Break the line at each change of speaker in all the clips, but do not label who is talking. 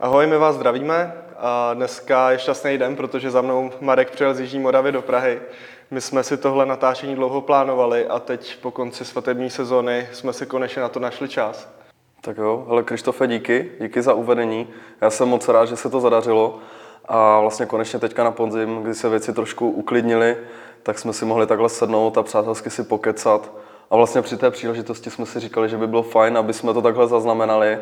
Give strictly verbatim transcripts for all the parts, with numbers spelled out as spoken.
Ahoj, my vás zdravíme a dneska je šťastný den, protože za mnou Marek přijel z Jižní Moravy do Prahy. My jsme si tohle natáčení dlouho plánovali a teď po konci svatební sezóny jsme si konečně na to našli čas.
Tak jo, hele Krištofe, díky, díky za uvedení. Já jsem moc rád, že se to zadařilo a vlastně konečně teďka na podzim, kdy se věci trošku uklidnily, tak jsme si mohli takhle sednout a přátelsky si pokecat. A vlastně při té příležitosti jsme si říkali, že by bylo fajn, aby jsme to takhle zaznamenali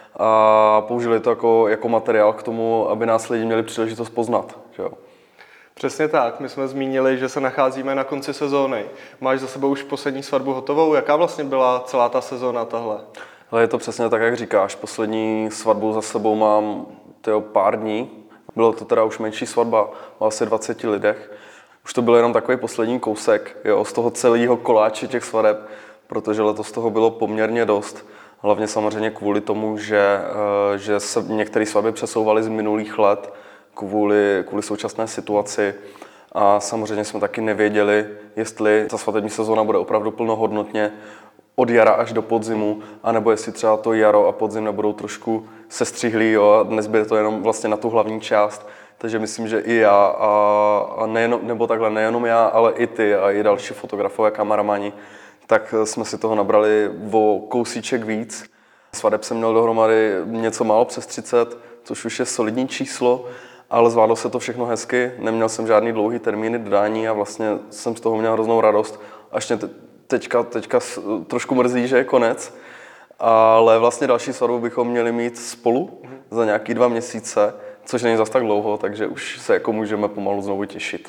a použili to jako, jako materiál k tomu, aby nás lidi měli příležitost poznat. Že jo?
Přesně tak, my jsme zmínili, že se nacházíme na konci sezóny. Máš za sebou už poslední svatbu hotovou? Jaká vlastně byla celá ta sezóna tahle?
Ale je to přesně tak, jak říkáš. Poslední svatbu za sebou mám tyjo, pár dní. Bylo to teda už menší svatba, o asi dvaceti lidech. Už to byl jenom takový poslední kousek jo, z toho celého koláče těch svateb, protože letos toho bylo poměrně dost. Hlavně samozřejmě kvůli tomu, že, že se některé svatby přesouvaly z minulých let kvůli, kvůli současné situaci. A samozřejmě jsme taky nevěděli, jestli ta svatební sezóna bude opravdu plnohodnotně od jara až do podzimu, anebo jestli třeba to jaro a podzim nebudou trošku sestřihlí jo, a dnes bude to jenom vlastně na tu hlavní část. Takže myslím, že i já, a, a nejenom, nebo takhle nejenom já, ale i ty a i další fotografové, kameramani, tak jsme si toho nabrali o kousíček víc. Svadeb jsem měl dohromady něco málo přes třicet, což už je solidní číslo, ale zvládlo se to všechno hezky, neměl jsem žádný dlouhý termíny dodání a vlastně jsem z toho měl hroznou radost. Až mě teďka, teďka trošku mrzí, že je konec, ale vlastně další svatbu bychom měli mít spolu za nějaký dva měsíce, což není zas tak dlouho, takže už se jako můžeme pomalu znovu těšit.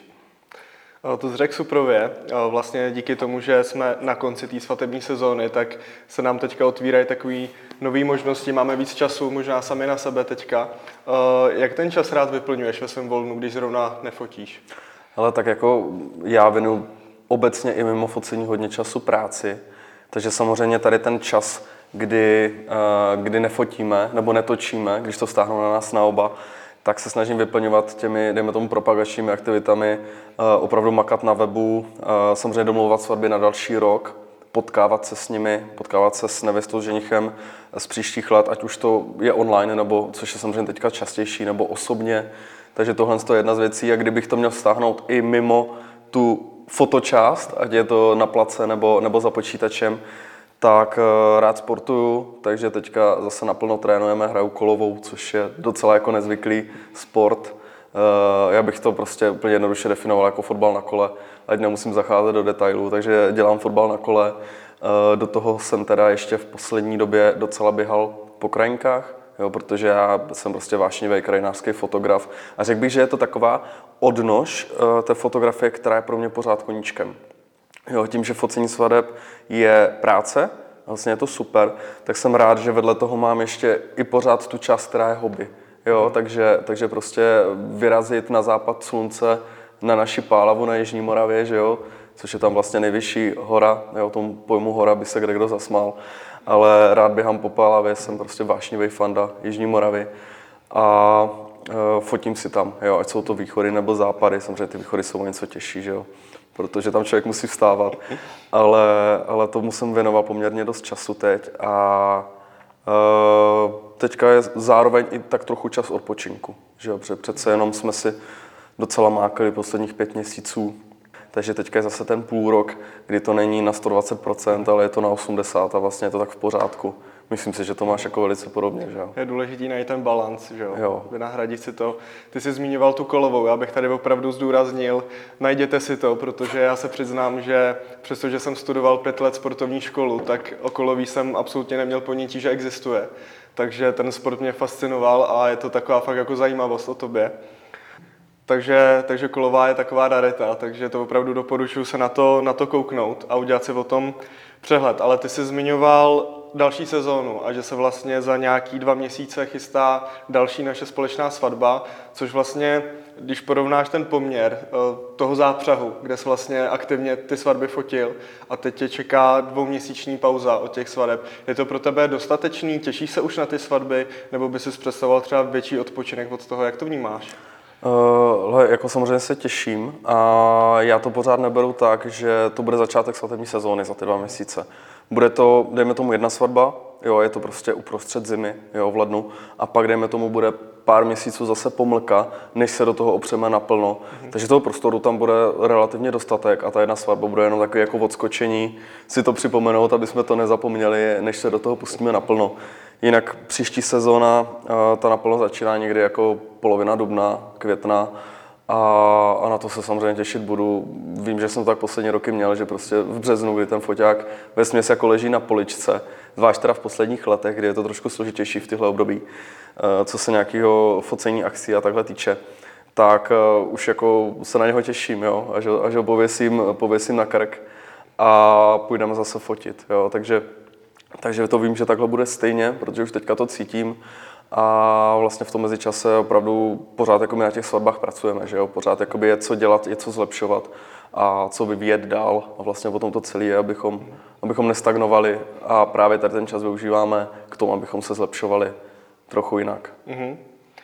To jsi řekl suprově. Vlastně díky tomu, že jsme na konci té svatební sezóny, tak se nám teďka otvírají takové nové možnosti, máme víc času, možná sami na sebe teďka. Jak ten čas rád vyplňuješ ve svém volnu, když zrovna nefotíš?
Ale tak jako já věnuju obecně i mimo focení hodně času práci, takže samozřejmě tady ten čas, kdy, kdy nefotíme nebo netočíme, když to stáhnou na nás na oba, tak se snažím vyplňovat těmi, dejme tomu, propagačními aktivitami, opravdu makat na webu, samozřejmě domlouvat svatby na další rok, potkávat se s nimi, potkávat se s nevěstou, ženichem z příštích let, ať už to je online, nebo což je samozřejmě teďka častější, nebo osobně. Takže tohle je jedna z věcí a kdybych to měl vztáhnout i mimo tu fotočást, ať je to na place nebo, nebo za počítačem, tak rád sportuju, takže teďka zase naplno trénujeme, hraju kolovou, což je docela jako nezvyklý sport. Já bych to prostě úplně jednoduše definoval jako fotbal na kole, ať nemusím zacházet do detailů, takže dělám fotbal na kole. Do toho jsem teda ještě v poslední době docela běhal po krajinkách, jo, protože já jsem prostě vášnivý krajinářský fotograf a řekl bych, že je to taková odnož té fotografie, která je pro mě pořád koníčkem. Jo, tím, že focení svadeb je práce, vlastně je to super, tak jsem rád, že vedle toho mám ještě i pořád tu část, která je hobby. Jo, takže, takže prostě vyrazit na západ slunce na naši Pálavu na Jižní Moravě, že jo, což je tam vlastně nejvyšší hora, jo, tomu pojmu hora by se kdekdo zasmál, ale rád běhám po Pálavě, jsem prostě vášnivý fanda Jižní Moravy a e, fotím si tam, jo, ať jsou to východy nebo západy, samozřejmě ty východy jsou o něco těžší, že jo, protože tam člověk musí vstávat, ale, ale to musím věnovat poměrně dost času teď a e, teďka je zároveň i tak trochu čas odpočinku, že jo, protože přece jenom jsme si docela mákali posledních pět měsíců, takže teďka je zase ten půl rok, kdy to není na sto dvacet procent, ale je to na osmdesát procent a vlastně je to tak v pořádku. Myslím si, že to máš jako velice podobně, že jo?
Je důležitý najít ten balans, že jo?
Jo.
Vynahradit si to. Ty jsi zmiňoval tu kolovou, já bych tady opravdu zdůraznil, najděte si to, protože já se přiznám, že přestože jsem studoval pět let sportovní školu, tak o koloví jsem absolutně neměl ponětí, že existuje. Takže ten sport mě fascinoval a je to taková fakt jako zajímavost o tobě. Takže, takže kolová je taková rarita, takže to opravdu doporučuji se na to, na to kouknout a udělat si o tom přehled. Ale ty jsi zmiňoval další sezónu a že se vlastně za nějaký dva měsíce chystá další naše společná svatba, což vlastně, když porovnáš ten poměr toho zápřahu, kde jsi vlastně aktivně ty svatby fotil a teď tě čeká dvouměsíční pauza od těch svateb, je to pro tebe dostatečný, těšíš se už na ty svatby, nebo by si představoval třeba větší odpočinek od toho, jak to vnímáš?
Uh, jako samozřejmě se těším a já to pořád neberu tak, že to bude začátek svatební sezóny za ty dva měsíce. Bude to, dejme tomu, jedna svatba, jo, je to prostě uprostřed zimy, jo, v lednu, a pak dejme tomu bude pár měsíců zase pomlka, než se do toho opřeme naplno. Mm-hmm. Takže toho prostoru tam bude relativně dostatek a ta jedna svatba bude jenom takový jako odskočení, si to připomenout, aby jsme to nezapomněli, než se do toho pustíme naplno. Jinak příští sezóna, ta naplno začíná někdy jako polovina dubna, května, a, a na to se samozřejmě těšit budu. Vím, že jsem to tak poslední roky měl, že prostě v březnu, kdy ten foťák vesměs jako leží na poličce, zvlášť teda v posledních letech, kdy je to trošku složitější v tyhle období, co se nějakého focení akcí a takhle týče, tak už jako se na něho těším, jo, až, až ho pověsím, pověsím na krk a půjdeme zase fotit, jo, takže, takže to vím, že takhle bude stejně, protože už teďka to cítím. A vlastně v tom mezičase opravdu pořád jako my na těch svatbách pracujeme, že jo? Pořád jakoby je co dělat, je co zlepšovat a co vyvíjet dál. A vlastně o tom to celé je, abychom, abychom nestagnovali a právě tady ten čas využíváme k tomu, abychom se zlepšovali trochu jinak. Mm-hmm.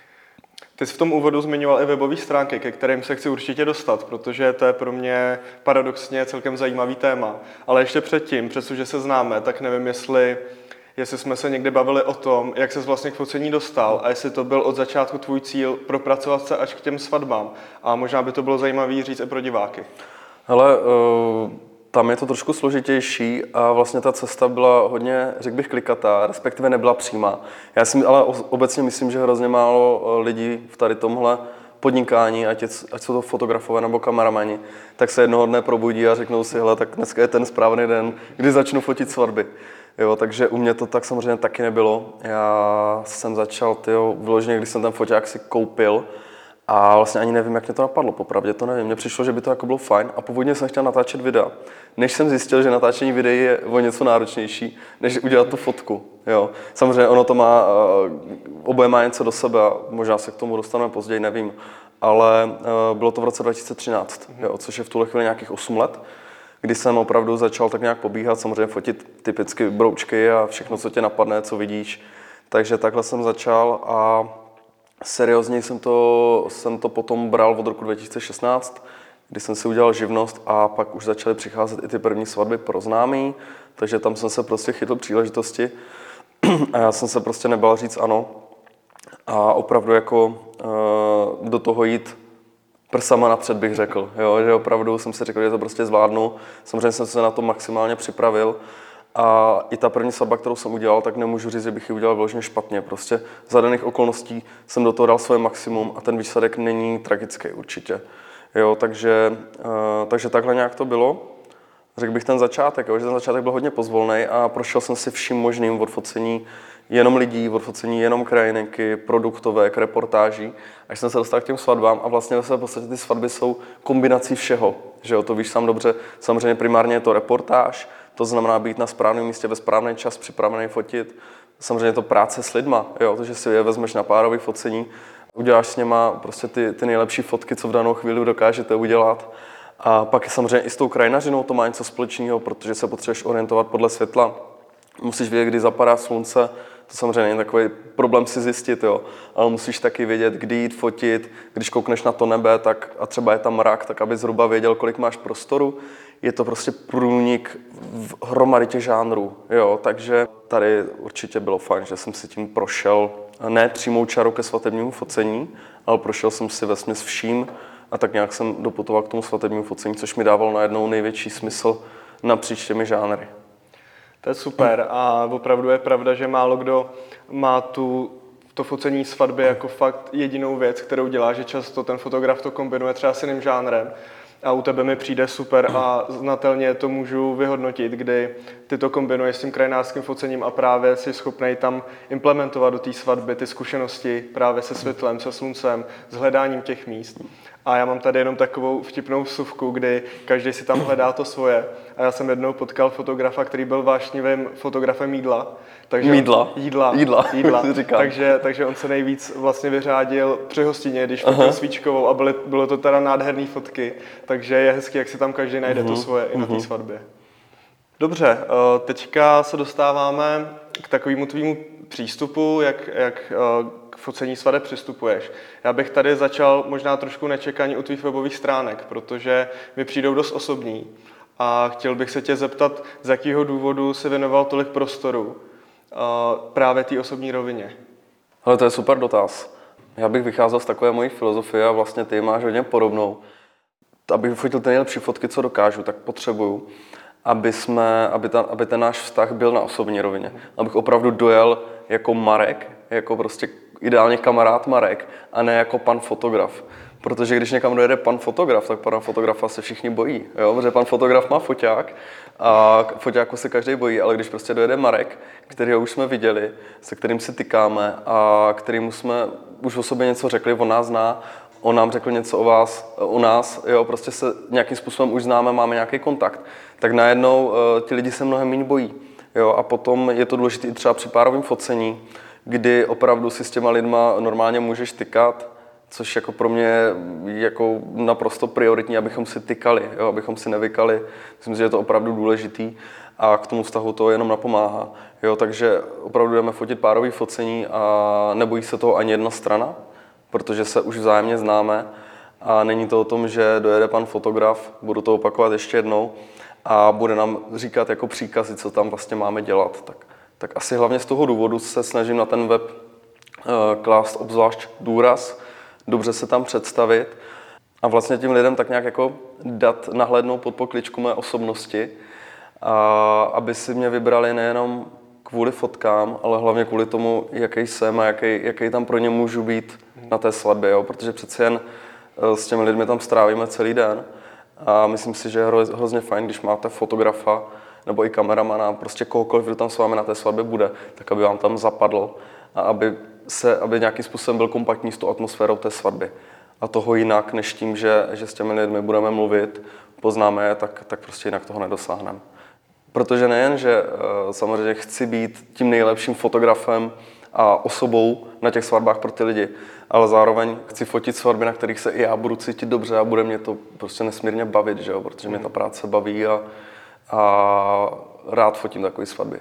Ty jsi v tom úvodu zmiňoval i webové stránky, ke kterým se chci určitě dostat, protože to je pro mě paradoxně celkem zajímavý téma. Ale ještě předtím, přestože se známe, tak nevím, jestli jestli jsme se někdy bavili o tom, jak ses vlastně k focení dostal a jestli to byl od začátku tvůj cíl propracovat se až k těm svatbám. A možná by to bylo zajímavé říct i pro diváky.
Hele, uh, tam je to trošku složitější a vlastně ta cesta byla hodně, řekl bych, klikatá, respektive nebyla přímá. Já si ale obecně myslím, že hrozně málo lidí v tady tomhle podnikání, ať, je, ať jsou to fotografové nebo kameramani, tak se jednoho dne probudí a řeknou si, hele, tak dneska je ten správný den, kdy začnu fotit svatby. Jo, takže u mě to tak samozřejmě taky nebylo. Já jsem začal, tyjo, vyloženě, když jsem ten foťák si koupil a vlastně ani nevím, jak mě to napadlo, popravdě to nevím. Mně přišlo, že by to jako bylo fajn a původně jsem chtěl natáčet videa. Než jsem zjistil, že natáčení videí je o něco náročnější, než udělat tu fotku. Jo. Samozřejmě ono to má, oboje má něco do sebe a možná se k tomu dostaneme později, nevím. Ale bylo to v roce dva tisíce třináct, jo, což je v tuhle chvíli nějakých osm let. Kdy jsem opravdu začal tak nějak pobíhat, samozřejmě fotit typicky broučky a všechno, co tě napadne, co vidíš. Takže takhle jsem začal a seriózně jsem to, jsem to potom bral od roku dva tisíce šestnáct, kdy jsem si udělal živnost a pak už začaly přicházet i ty první svatby pro známý, takže tam jsem se prostě chytl příležitosti a já jsem se prostě nebál říct ano a opravdu jako uh, do toho jít prsama napřed, bych řekl, jo, že opravdu jsem si řekl, že to prostě zvládnu. Samozřejmě jsem se na to maximálně připravil a i ta první svatba, kterou jsem udělal, tak nemůžu říct, že bych ji udělal vyloženě špatně. Prostě za daných okolností jsem do toho dal svoje maximum a ten výsledek není tragický určitě. Jo, takže, uh, takže takhle nějak to bylo. Řekl bych ten začátek, jo, že ten začátek byl hodně pozvolný a prošel jsem si vším možným od focení jenom lidí, od focení jenom krajinek, produktovek, reportáží, až jsem se dostal k těm svatbám a vlastně v podstatě ty svatby jsou kombinací všeho, že jo, to víš sám dobře, samozřejmě primárně je to reportáž, to znamená být na správném místě ve správný čas, připravený fotit, samozřejmě je to práce s lidma, jo, to, že si je vezmeš na párový focení, uděláš s něma prostě ty, ty nejlepší fotky, co v danou chvíli dokážete udělat. A pak samozřejmě i s tou krajinařinou to má něco společného, protože se potřebuješ orientovat podle světla. Musíš vědět, kdy zapadá slunce, to samozřejmě není takový problém si zjistit, jo. Ale musíš taky vědět, kdy jít fotit, když koukneš na to nebe tak, a třeba je tam mrak, tak aby zhruba věděl, kolik máš prostoru. Je to prostě průnik v hromady těch žánrů, jo. Takže tady určitě bylo fajn, že jsem si tím prošel, ne přímou čarou ke svatebnímu focení, ale prošel jsem si vesměs vším a tak nějak jsem doputoval k tomu svatebnímu focení, což mi dávalo najednou největší smysl napříč těmi žánry.
To je super a opravdu je pravda, že málo kdo má tu, to focení svatby jako fakt jedinou věc, kterou dělá, že často ten fotograf to kombinuje třeba s jiným žánrem. A u tebe mi přijde super a znatelně to můžu vyhodnotit, kdy ty to kombinuješ s tím krajinářským focením a právě jsi schopnej tam implementovat do té svatby ty zkušenosti právě se světlem, se sluncem, s hledáním těch míst. A já mám tady jenom takovou vtipnou vsuvku, kdy každý si tam hledá to svoje. A já jsem jednou potkal fotografa, který byl vášnivým fotografem jídla. Takže
Mídla?
Jídla.
Jídla.
jídla. takže, takže on se nejvíc vlastně vyřádil při hostině, když fotil svíčkovou a byly, bylo to teda nádherné fotky. Takže je hezky, jak si tam každý najde uh-huh. to svoje i na té svatbě. Dobře, teďka se dostáváme k takovému tvýmu přístupu, jak, jak k focení svateb přistupuješ. Já bych tady začal možná trošku nečekaně u tvých webových stránek, protože mi přijdou dost osobní a chtěl bych se tě zeptat, z jakého důvodu si věnoval tolik prostoru právě té osobní rovině?
Ale to je super dotaz. Já bych vycházel z takové mojí filozofie a vlastně ty máš hodně podobnou. Abych vyfotil ty nejlepší fotky, co dokážu, tak potřebuju, aby, jsme, aby, ta, aby ten náš vztah byl na osobní rovině. Abych opravdu dojel jako Marek, jako prostě ideálně kamarád Marek, a ne jako pan fotograf. Protože když někam dojede pan fotograf, tak pana fotografa se všichni bojí, jo? Protože pan fotograf má foťák a foťáku se každý bojí, ale když prostě dojede Marek, kterého už jsme viděli, se kterým si tykáme a kterým jsme už o sobě něco řekli, on nás zná, on nám řekl něco o vás, o nás, jo? Prostě se nějakým způsobem už známe, máme nějaký kontakt, tak najednou uh, ti lidi se mnohem méně bojí. Jo? A potom je to důležité i třeba při párovém focení, kdy opravdu si s těma lidma normálně můžeš tykat, což jako pro mě je jako naprosto prioritní, abychom si tykali, jo, abychom si nevykali. Myslím si, že je to opravdu důležitý a k tomu vztahu to jenom napomáhá. Jo, takže opravdu jdeme fotit párový focení a nebojí se toho ani jedna strana, protože se už vzájemně známe a není to o tom, že dojede pan fotograf, budu to opakovat ještě jednou, a bude nám říkat jako příkazy, co tam vlastně máme dělat. Tak, tak asi hlavně z toho důvodu se snažím na ten web uh, klást obzvlášť důraz, dobře se tam představit a vlastně tím lidem tak nějak jako dát nahlédnout pod pokličku mé osobnosti, a aby si mě vybrali nejenom kvůli fotkám, ale hlavně kvůli tomu, jaký jsem a jaký, jaký tam pro ně můžu být na té svatbě, jo? Protože přeci jen s těmi lidmi tam strávíme celý den a myslím si, že je hrozně fajn, když máte fotografa nebo i kameramana, prostě kohokoliv, kdo tam s vámi na té svatbě bude, tak aby vám tam zapadl a aby se, aby nějakým způsobem byl kompaktní s tou atmosférou té svatby. A toho jinak, než tím, že, že s těmi lidmi budeme mluvit, poznáme je, tak, tak prostě jinak toho nedosáhneme. Protože nejen, že uh, samozřejmě chci být tím nejlepším fotografem a osobou na těch svatbách pro ty lidi, ale zároveň chci fotit svatby, na kterých se i já budu cítit dobře a bude mě to prostě nesmírně bavit, že jo? Protože mě ta práce baví a, a rád fotím takové svatby.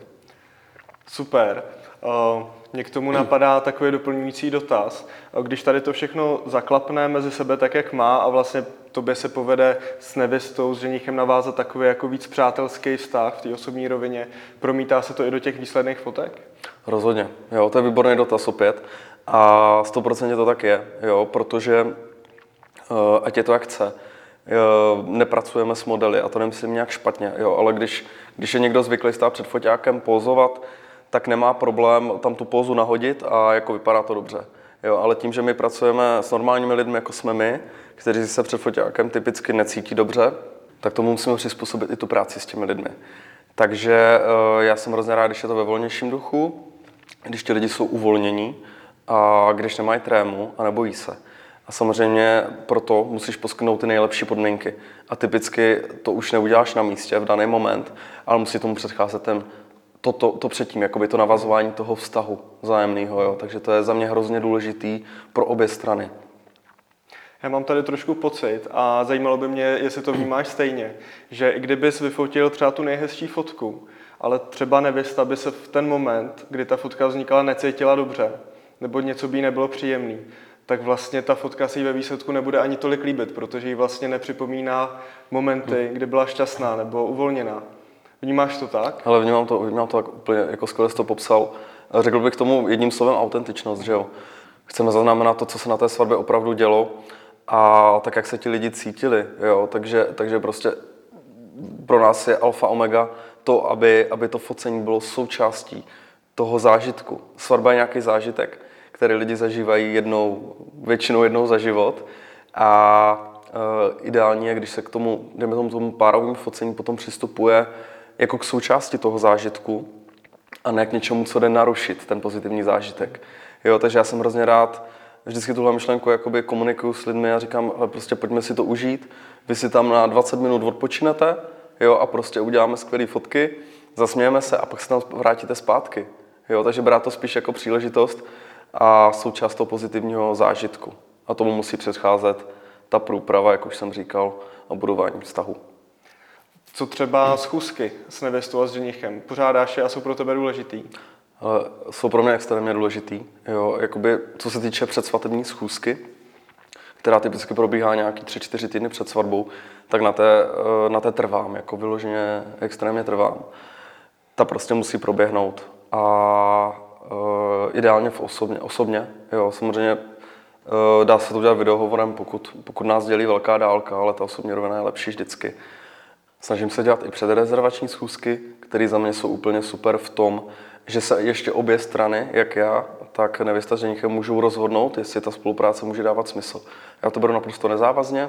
Super. Uh, mě k tomu napadá takový doplňující dotaz. Když tady to všechno zaklapne mezi sebe tak, jak má, a vlastně tobě se povede s nevěstou, s ženichem navázat takový jako víc přátelský vztah v té osobní rovině, promítá se to i do těch výsledných fotek?
Rozhodně, jo, to je výborný dotaz opět a sto procent to tak je, jo, protože uh, ať je to jak chce, uh, nepracujeme s modely a to nemyslím nějak špatně, jo, ale když, když je někdo zvyklý stát před foťákem, pózovat, tak nemá problém tam tu pózu nahodit a jako vypadá to dobře. Jo, ale tím, že my pracujeme s normálními lidmi, jako jsme my, kteří se před foťákem typicky necítí dobře, tak tomu musíme přizpůsobit i tu práci s těmi lidmi. Takže já jsem hrozně rád, když je to ve volnějším duchu, když ti lidi jsou uvolnění a když nemají trému a nebojí se. A samozřejmě proto musíš poskytnout ty nejlepší podmínky. A typicky to už neuděláš na místě v daný moment, ale musí tomu předcházet ten To, to, to předtím, jakoby to navazování toho vztahu vzájemného, jo. Takže to je za mě hrozně důležitý pro obě strany.
Já mám tady trošku pocit a zajímalo by mě, jestli to vnímáš stejně, že i kdybys vyfotil třeba tu nejhezčí fotku, ale třeba nevěsta by se v ten moment, kdy ta fotka vznikala, necítila dobře, nebo něco by jí nebylo příjemný, tak vlastně ta fotka si jí ve výsledku nebude ani tolik líbit, protože jí vlastně nepřipomíná momenty, kdy byla šťastná nebo uvolněná. Vnímáš to tak?
Ale vnímám to, vnímám to tak úplně, jako skvěle jsi to popsal. Řekl bych k tomu jedním slovem autentičnost, že jo. Chceme zaznamenat to, co se na té svatbě opravdu dělo a tak, jak se ti lidi cítili, jo. Takže, takže prostě pro nás je alfa omega to, aby, aby to focení bylo součástí toho zážitku. Svatba je nějaký zážitek, který lidi zažívají jednou, většinou jednou za život a uh, ideální je, když se k tomu, dejme tomu, tomu párovému focení potom přistupuje jako k součásti toho zážitku a ne k něčemu, co jde narušit ten pozitivní zážitek. Jo, takže já jsem hrozně rád, vždycky tuhle myšlenku jakoby komunikuju s lidmi a říkám, ale prostě pojďme si to užít, vy si tam na dvacet minut odpočinete, jo, a prostě uděláme skvělé fotky, zasmějeme se a pak se tam vrátíte zpátky. Jo, takže brát to spíš jako příležitost a součást toho pozitivního zážitku. A tomu musí předcházet ta průprava, jak už jsem říkal, a budování vztahu.
Co třeba schůzky s nevěstou a s ženichem? Pořádáš je a jsou pro tebe důležitý?
Ale jsou pro mě extrémně důležitý. Jo, jakoby, co se týče předsvatební schůzky, která typicky probíhá nějaký tři čtyři týdny před svatbou, tak na té, na té trvám, jako vyloženě extrémně trvám. Ta prostě musí proběhnout. a uh, ideálně v osobně, osobně, jo, samozřejmě uh, dá se to udělat videohovorem, pokud, pokud nás dělí velká dálka, ale ta osobní rovina je lepší vždycky. Snažím se dělat i předrezervační schůzky, které za mě jsou úplně super v tom, že se ještě obě strany, jak já, tak nevěsta s ženichem můžou rozhodnout, jestli ta spolupráce může dávat smysl. Já to beru naprosto nezávazně,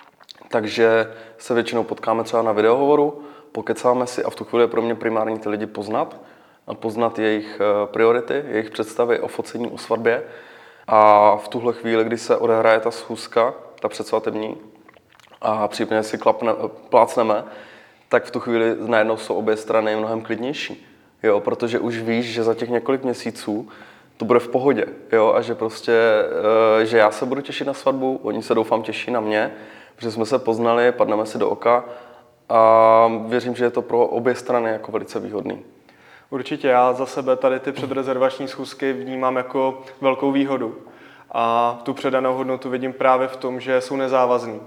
takže se většinou potkáme třeba na videohovoru, pokecáme si a v tu chvíli je pro mě primární ty lidi poznat, a poznat jejich priority, jejich představy o focení, o svatbě. A v tuhle chvíli, kdy se odehraje ta schůzka, ta předsvatební, a případně si klapne, plácneme, tak v tu chvíli najednou jsou obě strany mnohem klidnější. Jo, protože už víš, že za těch několik měsíců to bude v pohodě, jo, a že prostě, že já se budu těšit na svatbu, oni se doufám těší na mě, protože jsme se poznali, padneme si do oka a věřím, že je to pro obě strany jako velice výhodný.
Určitě, já za sebe tady ty předrezervační schůzky vnímám jako velkou výhodu a tu předanou hodnotu vidím právě v tom, že jsou nezávazný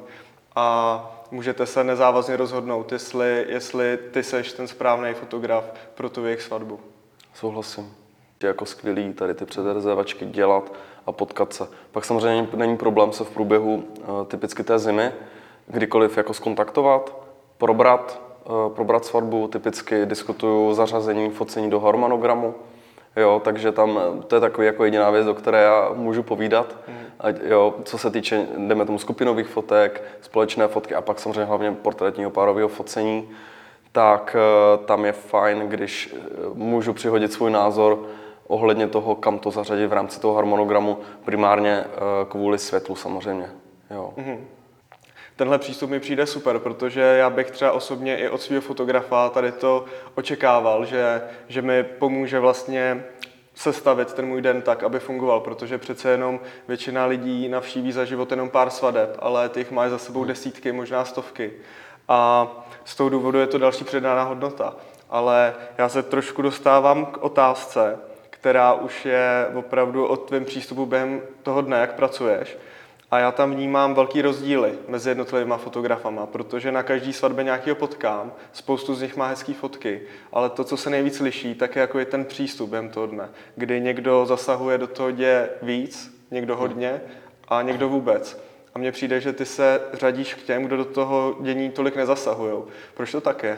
a můžete se nezávazně rozhodnout, jestli, jestli ty seš ten správný fotograf pro tu jejich svatbu.
Souhlasím. Je jako skvělý tady ty předrezervačky dělat a potkat se. Pak samozřejmě není problém se v průběhu typicky té zimy kdykoliv jako skontaktovat, probrat, probrat svatbu, typicky diskutuju zařazení, focení do harmonogramu. Jo, takže tam to je takový jako jediná věc, o které já můžu povídat. Mm. A, jo, co se týče, jdeme tomu skupinových fotek, společné fotky a pak samozřejmě hlavně portrétního párového focení, tak tam je fajn, když můžu přihodit svůj názor ohledně toho, kam to zařadit v rámci toho harmonogramu, primárně kvůli světlu samozřejmě. Jo. Mm.
Tenhle přístup mi přijde super, protože já bych třeba osobně i od svého fotografa tady to očekával, že, že mi pomůže vlastně sestavit ten můj den tak, aby fungoval, protože přece jenom většina lidí navštíví za život jenom pár svadeb, ale těch má za sebou desítky, možná stovky. A z toho důvodu je to další přidaná hodnota. Ale já se trošku dostávám k otázce, která už je opravdu o tvém přístupu během toho dne, jak pracuješ. A já tam vnímám velký rozdíly mezi jednotlivými fotografama, protože na každý svatbě nějakého potkám, spoustu z nich má hezký fotky, ale to, co se nejvíc liší, tak je jako je ten přístup během toho dne, kdy někdo zasahuje do toho děje víc, někdo hodně a někdo vůbec. A mně přijde, že ty se řadíš k těm, kdo do toho dění tolik nezasahujou. Proč to tak je?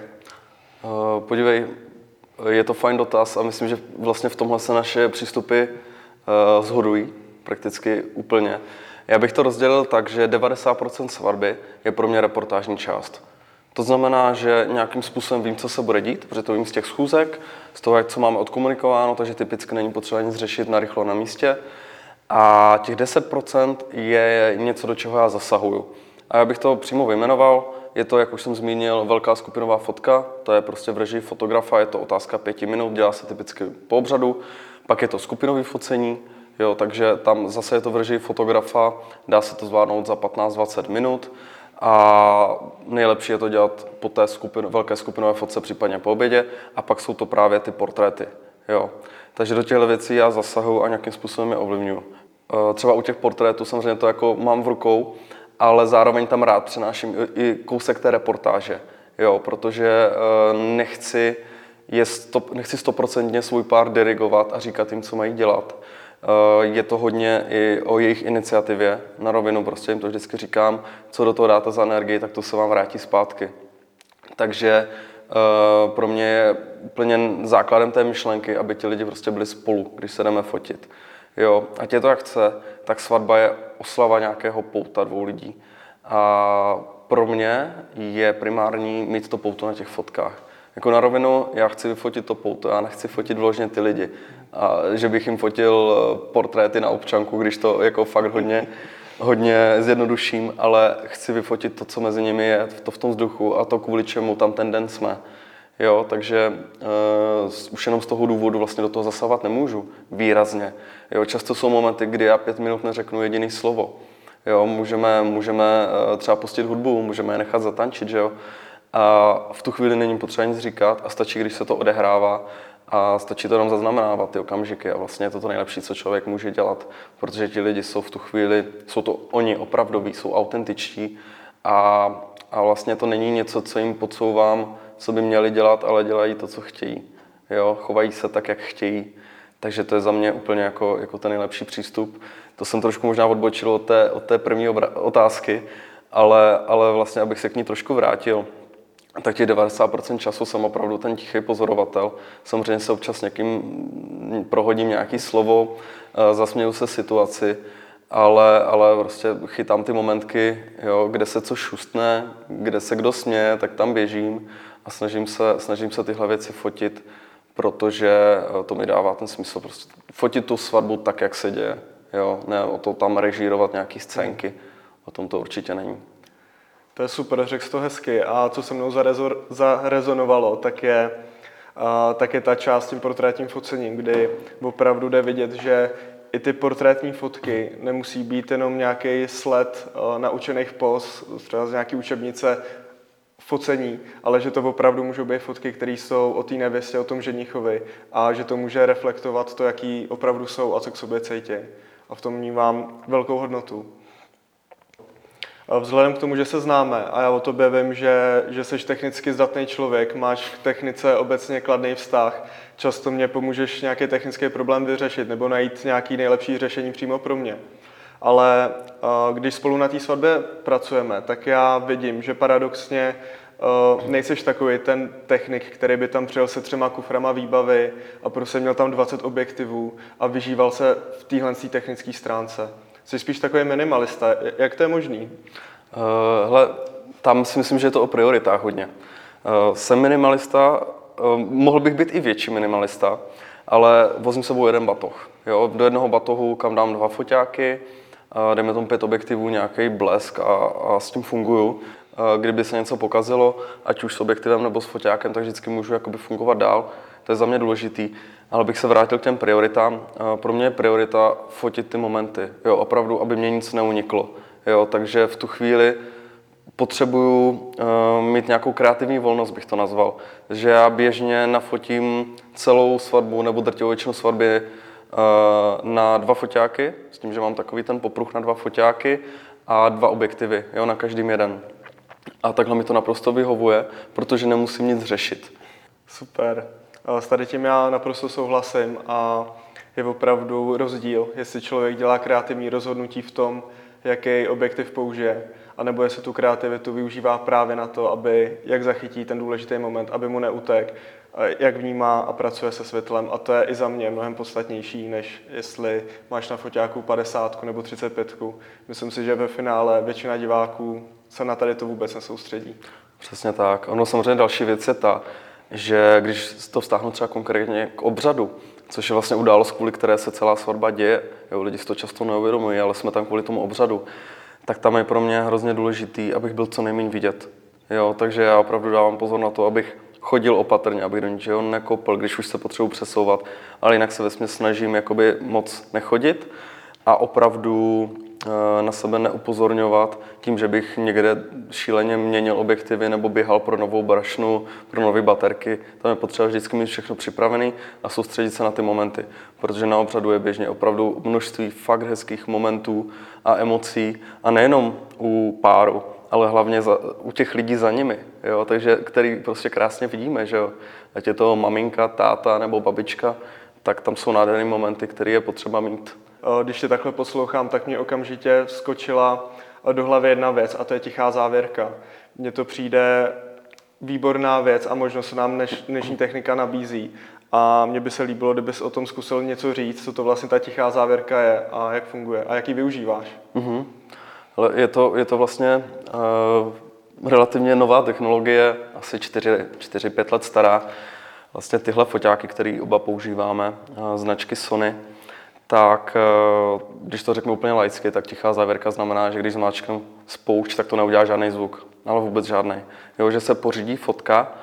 Uh, podívej, je to fajn dotaz a myslím, že vlastně v tomhle se naše přístupy uh, shodují prakticky úplně. Já bych to rozdělil tak, že devadesát procent svatby je pro mě reportážní část. To znamená, že nějakým způsobem vím, co se bude dít, protože to vím z těch schůzek, z toho, jak co máme odkomunikováno, takže typicky není potřeba nic řešit narychlo na místě. A těch deset procent je něco, do čeho já zasahuju. A já bych to přímo vyjmenoval, je to, jak už jsem zmínil, velká skupinová fotka, to je prostě v režii fotografa, je to otázka pěti minut, dělá se typicky po obřadu, pak je to skupinové focení, jo, takže tam zase je to v režii fotografa, dá se to zvládnout za patnáct dvacet minut a nejlepší je to dělat po té skupin, velké skupinové fotce, případně po obědě a pak jsou to právě ty portréty. Jo. Takže do těchto věcí já zasahuju a nějakým způsobem je ovlivňuju. Třeba u těch portrétů samozřejmě to jako mám v rukou, ale zároveň tam rád přenáším i kousek té reportáže, jo, protože nechci, je stop, nechci stoprocentně svůj pár dirigovat a říkat jim, co mají dělat. Je to hodně i o jejich iniciativě, na rovinu prostě jim to vždycky říkám, co do toho dáte za energii, tak to se vám vrátí zpátky. Takže pro mě je úplně základem té myšlenky, aby ti lidi prostě byli spolu, když se jdeme fotit. Jo, ať je to jak chce, tak svatba je oslava nějakého pouta dvou lidí. A pro mě je primární mít to pouto na těch fotkách. Jako na rovinu, já chci vyfotit to pouto, já nechci fotit vložně ty lidi. A že bych jim fotil portréty na občanku, když to jako fakt hodně, hodně zjednoduším, ale chci vyfotit to, co mezi nimi je, to v tom vzduchu a to, kvůli čemu tam ten den jsme. Jo, takže uh, už jenom z toho důvodu vlastně do toho zasahovat nemůžu výrazně. Jo, často jsou momenty, kdy já pět minut neřeknu jediný slovo. Jo, můžeme, můžeme uh, třeba pustit hudbu, můžeme je nechat zatančit, že jo. A v tu chvíli není potřeba nic říkat a stačí, když se to odehrává a stačí to jenom zaznamenávat ty okamžiky a vlastně je to to nejlepší, co člověk může dělat, protože ti lidi jsou v tu chvíli, jsou to oni opravdoví, jsou autentičtí a, a vlastně to není něco, co jim podsouvám, co by měli dělat, ale dělají to, co chtějí. jo, chovají se tak, jak chtějí. Takže to je za mě úplně jako, jako ten nejlepší přístup. To jsem trošku možná odbočil od té, od té první obra- otázky, ale, ale vlastně, abych se k ní trošku vrátil, tak těch devadesát procent času jsem opravdu ten tichý pozorovatel. Samozřejmě se občas někým prohodím nějaké slovo, zasměju se situaci, ale, ale prostě chytám ty momentky, jo, kde se co šustne, kde se kdo směje, tak tam běžím a snažím se, snažím se tyhle věci fotit, protože to mi dává ten smysl. Prostě fotit tu svatbu tak, jak se děje. Jo, ne o to tam režírovat nějaký scénky. O tom to určitě není.
To je super, řekl jsi to hezky. A co se mnou zarezor, zarezonovalo, tak je, a, tak je ta část s tím portrétním focením, kdy opravdu jde vidět, že i ty portrétní fotky nemusí být jenom nějaký sled a, naučených poz, třeba z nějaké učebnice focení, ale že to opravdu můžou být fotky, které jsou o té nevěstě, o tom ženichovi a že to může reflektovat to, jaký opravdu jsou a co k sobě cítí. A v tom vnímám velkou hodnotu. A vzhledem k tomu, že se známe a já o tobě vím, že, že jsi technicky zdatný člověk, máš k technice obecně kladný vztah, často mě pomůžeš nějaký technický problém vyřešit nebo najít nějaký nejlepší řešení přímo pro mě. Ale když spolu na té svatbě pracujeme, tak já vidím, že paradoxně nejseš takový ten technik, který by tam přijel se třema kuframa výbavy a prostě měl tam dvacet objektivů a vyžíval se v téhle technické stránce. Jsi spíš takový minimalista. Jak to je možný?
Uh, hele, tam si myslím, že je to o prioritách hodně. Uh, jsem minimalista, uh, mohl bych být i větší minimalista, ale vozím sebou jeden batoh. Jo? Do jednoho batohu, kam dám dva foťáky, uh, dejme tomu pět objektivů, nějaký blesk a, a s tím funguju. Uh, kdyby se něco pokazilo, ať už s objektivem nebo s foťákem, tak vždycky můžu jakoby fungovat dál. To je za mě důležitý. Ale bych se vrátil k těm prioritám. Pro mě je priorita fotit ty momenty. Jo, opravdu, aby mě nic neuniklo. Jo, takže v tu chvíli potřebuju uh, mít nějakou kreativní volnost, bych to nazval. Že já běžně nafotím celou svatbu nebo drtivou většinu svatby uh, na dva foťáky, s tím, že mám takový ten popruh na dva foťáky a dva objektivy, jo, na každým jeden. A takhle mi to naprosto vyhovuje, protože nemusím nic řešit.
Super. S tady tím já naprosto souhlasím a je opravdu rozdíl, jestli člověk dělá kreativní rozhodnutí v tom, jaký objektiv použije, anebo jestli tu kreativitu využívá právě na to, aby jak zachytí ten důležitý moment, aby mu neutek, jak vnímá a pracuje se světlem. A to je i za mě mnohem podstatnější, než jestli máš na foťáku padesát nebo třicet pět. Myslím si, že ve finále většina diváků se na tady to vůbec nesoustředí.
Přesně tak. Ono samozřejmě další věc je ta, že když to vztáhnu třeba konkrétně k obřadu, což je vlastně událost, kvůli které se celá svatba děje, jo, lidi si to často neuvědomují, ale jsme tam kvůli tomu obřadu, tak tam je pro mě hrozně důležitý, abych byl co nejméně vidět. Jo, takže já opravdu dávám pozor na to, abych chodil opatrně, abych do ničeho nekopl, když už se potřebuji přesouvat, ale jinak se vesměs snažím jakoby moc nechodit a opravdu na sebe neupozorňovat tím, že bych někde šíleně měnil objektivy nebo běhal pro novou brašnu, pro nové baterky. Tam je potřeba vždycky mít všechno připravené a soustředit se na ty momenty, protože na obřadu je běžně opravdu množství fakt hezkých momentů a emocí a nejenom u páru, ale hlavně za, u těch lidí za nimi, jo? Takže který prostě krásně vidíme, že jo? Ať je to maminka, táta nebo babička, tak tam jsou nádherné momenty, které je potřeba mít.
Když tě takhle poslouchám, tak mě okamžitě skočila do hlavy jedna věc a to je tichá závěrka. Mně to přijde výborná věc a možnost se nám dneš, dnešní technika nabízí. A mně by se líbilo, kdybys o tom zkusil něco říct, co to vlastně ta tichá závěrka je a jak funguje a jak ji využíváš.
Mm-hmm. Ale je to, je to vlastně uh, relativně nová technologie, asi čtyři pět let stará. Vlastně tyhle foťáky, které oba používáme, uh, značky Sony, tak když to řeknu úplně laicky, tak tichá závěrka znamená, že když zmáčknu spoušť, tak to neudělá žádný zvuk, ale vůbec žádný. Jo, že se pořídí fotka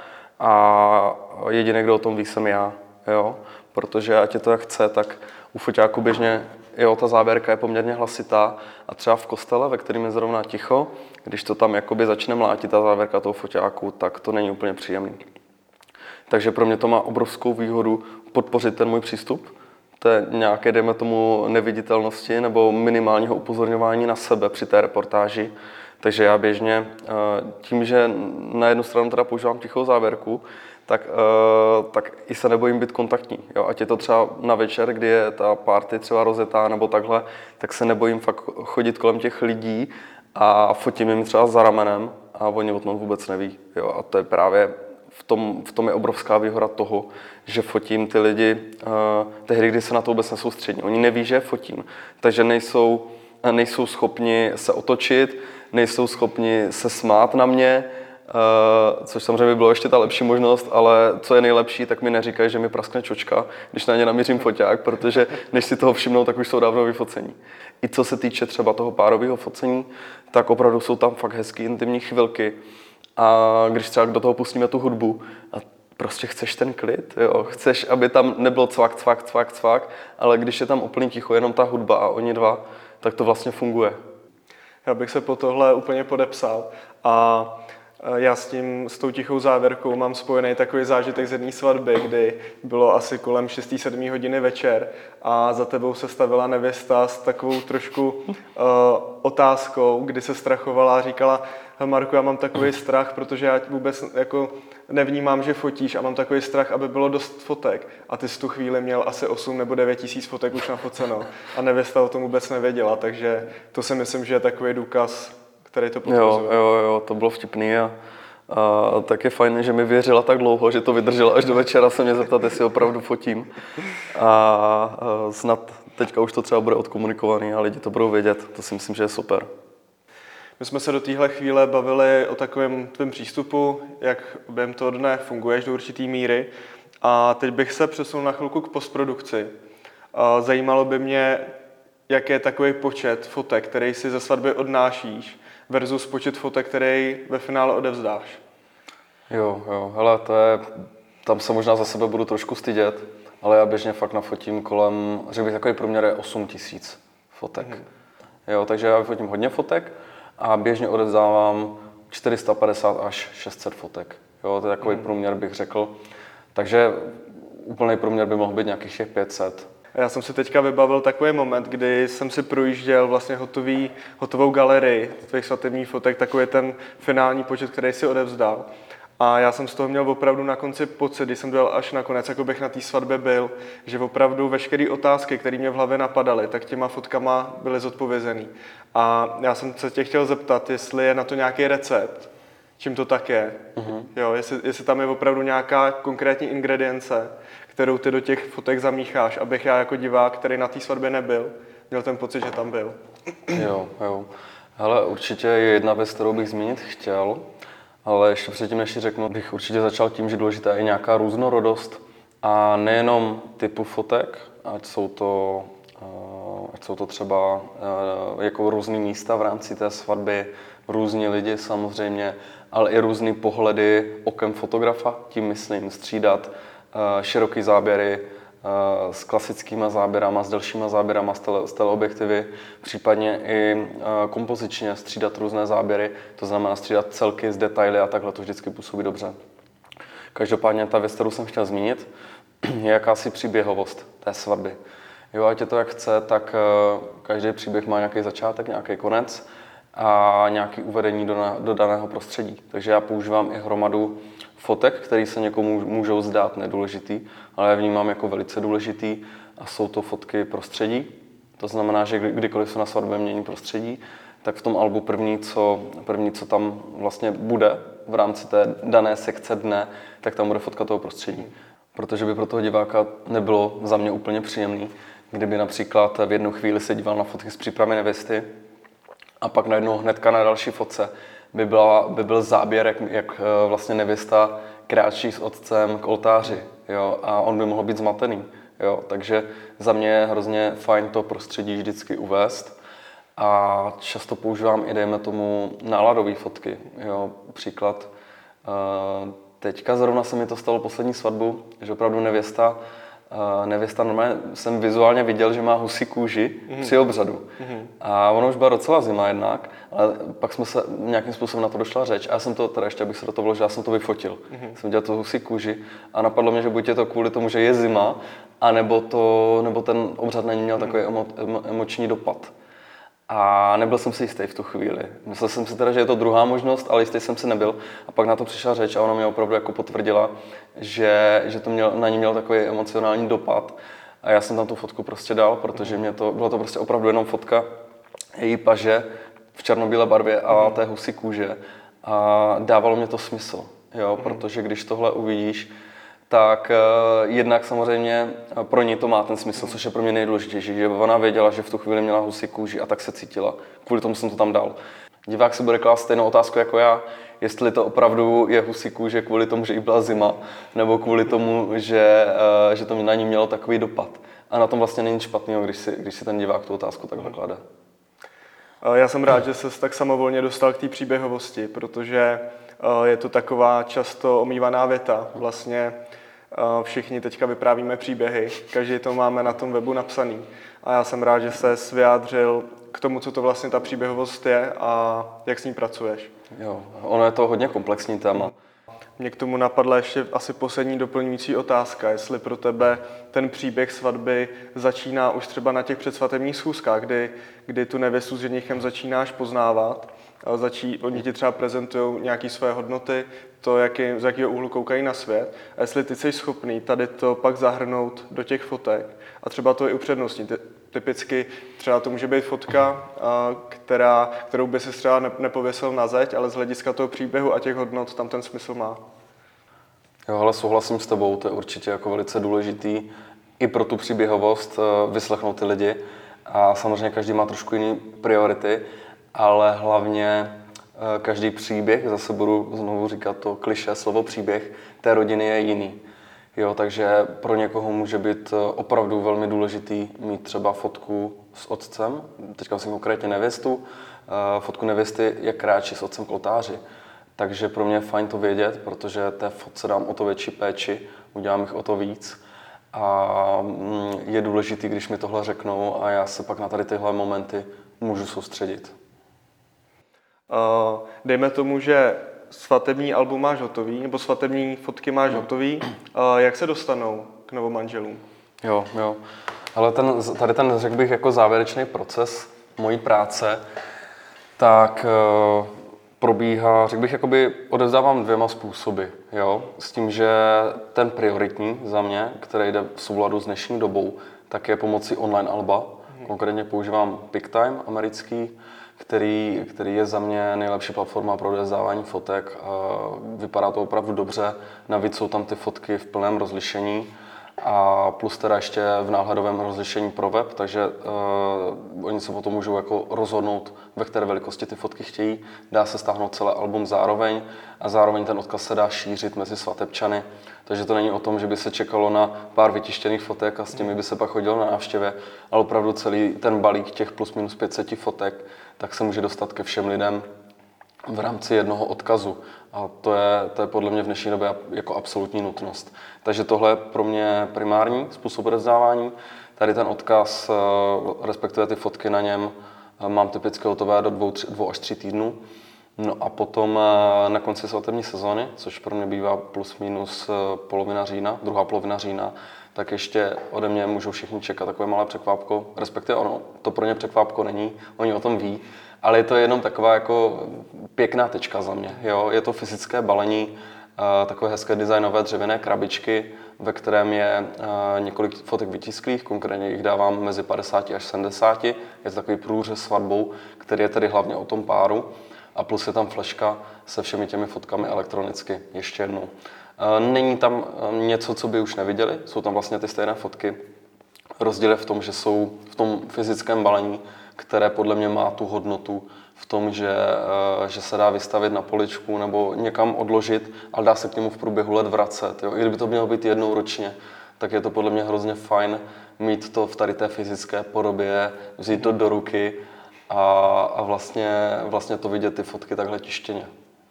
a jediný, kdo o tom ví, jsem já. Jo? Protože ať je to jak chce, tak u foťáku běžně jo, ta závěrka je poměrně hlasitá a třeba v kostele, ve kterém je zrovna ticho, když to tam jakoby začne mlátit ta závěrka toho foťáku, tak to není úplně příjemný. Takže pro mě to má obrovskou výhodu podpořit ten můj přístup, té nějaké, dejme tomu, neviditelnosti nebo minimálního upozorňování na sebe při té reportáži. Takže já běžně tím, že na jednu stranu teda používám tichou závěrku, tak, uh, tak i se nebojím být kontaktní. Jo? Ať je to třeba na večer, kdy je ta party třeba rozjetá nebo takhle, tak se nebojím fakt chodit kolem těch lidí a fotím jim třeba za ramenem a oni o tom vůbec neví. Jo? A to je právě v tom, v tom je obrovská výhoda toho, že fotím ty lidi uh, tehdy, kdy se na to vůbec nesoustředí. Oni neví, že je fotím, takže nejsou, nejsou schopni se otočit, nejsou schopni se smát na mě, uh, což samozřejmě by bylo ještě ta lepší možnost, ale co je nejlepší, tak mi neříkají, že mi praskne čočka, když na ně namířím foťák, protože než si toho všimnou, tak už jsou dávno vyfocení. I co se týče třeba toho párového focení, tak opravdu jsou tam fakt hezký intimní chvilky. A když třeba do toho pustíme tu hudbu a prostě chceš ten klid, jo? Chceš, aby tam nebylo cvak, cvak, cvak, cvak, ale když je tam úplně ticho, jenom ta hudba a oni dva, tak to vlastně funguje.
Já bych se po tohle úplně podepsal a já s tím, s tou tichou závěrkou mám spojený takový zážitek z jedné svatby, kdy bylo asi kolem šest sedm hodiny večer a za tebou se stavila nevěsta s takovou trošku uh, otázkou, kdy se strachovala a říkala: Marku, já mám takový strach, protože já vůbec jako nevnímám, že fotíš a mám takový strach, aby bylo dost fotek. A ty z tu chvíli měl asi osm nebo devět tisíc fotek už nafoceno a nevěsta o tom vůbec nevěděla, takže to si myslím, že je takový důkaz, který to potvrzuje.
Jo, jo, jo, to bylo vtipný a, a tak je fajn, že mi věřila tak dlouho, že to vydržela až do večera se mě zeptat, jestli opravdu fotím. A, a snad teďka už to třeba bude odkomunikovaný a lidi to budou vědět, to si myslím, že je super.
My jsme se do téhle chvíle bavili o takovém tvém přístupu, jak během toho dne funguješ do určitý míry. A teď bych se přesunul na chvilku k postprodukci. Zajímalo by mě, jak je takový počet fotek, který si ze svatby odnášíš, versus počet fotek, který ve finále odevzdáš.
Jo, jo, hele, to je, tam se možná za sebe budu trošku stydět, ale já běžně fakt nafotím kolem, řekl bych, takový průměr je osm tisíc fotek. Hmm. Jo, takže já fotím hodně fotek a běžně odevzdávám čtyři sta padesát až šest set fotek. Jo, to je takový hmm. průměr, bych řekl. Takže úplný průměr by mohl být nějakých těch pět set.
Já jsem si teďka vybavil takový moment, kdy jsem si projížděl vlastně hotový, hotovou galerii tvých svatebních fotek, takový ten finální počet, který si odevzdal. A já jsem z toho měl opravdu na konci pocit, když jsem dojel až nakonec, jako bych na té svatbě byl, že opravdu veškeré otázky, které mě v hlavě napadaly, tak těma fotkama byly zodpovězený. A já jsem se tě chtěl zeptat, jestli je na to nějaký recept, čím to tak je. Uh-huh. Jo, jestli, jestli tam je opravdu nějaká konkrétní ingredience, kterou ty do těch fotek zamícháš, abych já jako divák, který na té svatbě nebyl, měl ten pocit, že tam byl.
Jo, jo. Hele, určitě je jedna věc, kterou bych zmínit chtěl, ale ještě předtím, než ji řeknu, bych určitě začal tím, že důležitá je nějaká různorodost a nejenom typu fotek, ať jsou to, ať jsou to třeba jako různý místa v rámci té svatby, různí lidi samozřejmě, ale i různý pohledy okem fotografa, tím myslím střídat široký záběry s klasickýma záběrama, s delšíma záběrama, s, tele, s teleobjektivy, případně i kompozičně střídat různé záběry, to znamená střídat celky s detaily a takhle to vždycky působí dobře. Každopádně ta věc, kterou jsem chtěl zmínit, je jakási příběhovost té svatby. Jo, ať je to jak chce, tak každý příběh má nějaký začátek, nějaký konec a nějaké uvedení do, na, do daného prostředí. Takže já používám i hromadu fotek, které se někomu můžou zdát nedůležitý, ale já vnímám jako velice důležitý a jsou to fotky prostředí. To znamená, že kdykoliv se na svatbě mění prostředí, tak v tom albu první co, první, co tam vlastně bude v rámci té dané sekce dne, tak tam bude fotka toho prostředí. Protože by pro toho diváka nebylo za mě úplně příjemný, kdyby například v jednu chvíli se díval na fotky z přípravy nevěsty a pak najednou hnedka na další fotce by, byla, by byl záběr, jak, jak vlastně nevěsta kráčí s otcem k oltáři, jo, a on by mohl být zmatený. Jo. Takže za mě je hrozně fajn to prostředí vždycky uvést a často používám i, dejme tomu, náladové fotky. Jo. Příklad, teďka zrovna se mi to stalo poslední svatbu, že opravdu nevěsta Nevěsta normálně jsem vizuálně viděl, že má husí kůži mm. při obřadu. Mm. A ono už byla docela zima jednak, ale pak jsme se nějakým způsobem na to došla řeč. A já jsem to, teda ještě abych se do toho vložil, já jsem to vyfotil. Mm. Jsem dělal to husí kůži a napadlo mě, že buď je to kvůli tomu, že je zima, anebo, to, nebo ten obřad na ní měl mm. takový emo, emo, emoční dopad. A nebyl jsem si jistý v tu chvíli. Myslel jsem si teda, že je to druhá možnost, ale jistý jsem si nebyl. A pak na to přišla řeč a ona mě opravdu jako potvrdila, že, že to měl, na ní měl takový emocionální dopad. A já jsem tam tu fotku prostě dal, protože mě to, byla to prostě opravdu jenom fotka její paže v černobílé barvě a té husí kůže. A dávalo mě to smysl, jo, protože když tohle uvidíš, tak uh, jednak samozřejmě pro ní to má ten smysl, což je pro mě nejdůležitější, že ona věděla, že v tu chvíli měla husí kůži a tak se cítila. Kvůli tomu jsem to tam dal. Divák si bude klást stejnou otázku jako já, jestli to opravdu je husí kůže kvůli tomu, že jí byla zima, nebo kvůli tomu, že, uh, že to na ní mělo takový dopad. A na tom vlastně není špatného, když si, když si ten divák tu otázku takhle klade.
Já jsem rád, že ses tak samovolně dostal k té příběhovosti, protože je to taková často omívaná věta. Vlastně všichni teďka vyprávíme příběhy, každý to máme na tom webu napsaný. A já jsem rád, že ses vyjádřil k tomu, co to vlastně ta příběhovost je a jak s ní pracuješ.
Jo, ono je to hodně komplexní téma.
Mě k tomu napadla ještě asi poslední doplňující otázka, jestli pro tebe ten příběh svatby začíná už třeba na těch předsvatebních schůzkách, kdy, kdy tu nevěstu s ženichem začínáš poznávat, začí, oni ti třeba prezentují nějaké své hodnoty, to, jaký, z jakého úhlu koukají na svět, a jestli ty jsi schopný tady to pak zahrnout do těch fotek a třeba to i upřednostnit. Typicky třeba to může být fotka, která, kterou by si třeba nepověsil na zeď, ale z hlediska toho příběhu a těch hodnot tam ten smysl má.
Jo, ale souhlasím s tebou, to je určitě jako velice důležitý i pro tu příběhovost vyslechnout ty lidi. A samozřejmě každý má trošku jiné priority, ale hlavně každý příběh, zase budu znovu říkat to klišé slovo příběh, té rodiny je jiný. Jo, takže pro někoho může být opravdu velmi důležitý mít třeba fotku s otcem, teďka myslím konkrétně nevěstu, fotku nevěsty, jak kráčí s otcem k oltáři. Takže pro mě je fajn to vědět, protože té fotce dám o to větší péči, udělám jich o to víc. A je důležitý, když mi tohle řeknou a já se pak na tady tyhle momenty můžu soustředit.
Uh, dejme tomu, že svatební album máš hotový, nebo svatební fotky máš hotový. Uh, jak se dostanou k novomanželům?
Jo, jo. Ale ten, tady ten, řekl bych, jako závěrečný proces mojí práce, tak uh, probíhá, řekl bych, jakoby odevzdávám dvěma způsoby, jo. S tím, že ten prioritní za mě, který jde v souladu s dnešní dobou, tak je pomocí online alba. Hmm. Konkrétně používám PicTime americký, Který, který je za mě nejlepší platforma pro odevzdávání fotek. Vypadá to opravdu dobře, navíc jsou tam ty fotky v plném rozlišení a plus teda ještě v náhledovém rozlišení pro web, takže uh, oni se potom můžou jako rozhodnout, ve které velikosti ty fotky chtějí. Dá se stáhnout celé album zároveň a zároveň ten odkaz se dá šířit mezi svatebčany. Takže to není o tom, že by se čekalo na pár vytištěných fotek a s těmi by se pak chodilo na návštěvě, ale opravdu celý ten balík těch plus minus pět set fotek tak se může dostat ke všem lidem v rámci jednoho odkazu. A to je, to je podle mě v dnešní době jako absolutní nutnost. Takže tohle je pro mě primární způsob odevzdávání. Tady ten odkaz, respektive ty fotky na něm, mám typicky hotové do dvou, tři, dvou až tří týdnů. No a potom na konci svatební sezóny, což pro mě bývá plus minus polovina října, druhá polovina října, tak ještě ode mě můžou všichni čekat takové malé překvápko, respektive ono, to pro ně překvápko není, oni o tom ví, ale je to jenom taková jako pěkná tečka za mě, jo? Je to fyzické balení, takové hezké designové dřevěné krabičky, ve kterém je několik fotek vytisklých, konkrétně jich dávám mezi padesát až sedmdesát, je to takový průřez svatbou, který je tedy hlavně o tom páru a plus je tam fleška se všemi těmi fotkami elektronicky, ještě jednou. Není tam něco, co by už neviděli, jsou tam vlastně ty stejné fotky. Rozdíl je v tom, že jsou v tom fyzickém balení, které podle mě má tu hodnotu v tom, že, že se dá vystavit na poličku nebo někam odložit, ale dá se k němu v průběhu let vracet. Jo? I kdyby to mělo být jednou ročně, tak je to podle mě hrozně fajn mít to v tady té fyzické podobě, vzít to do ruky a, a vlastně, vlastně to vidět ty fotky takhle tištěně.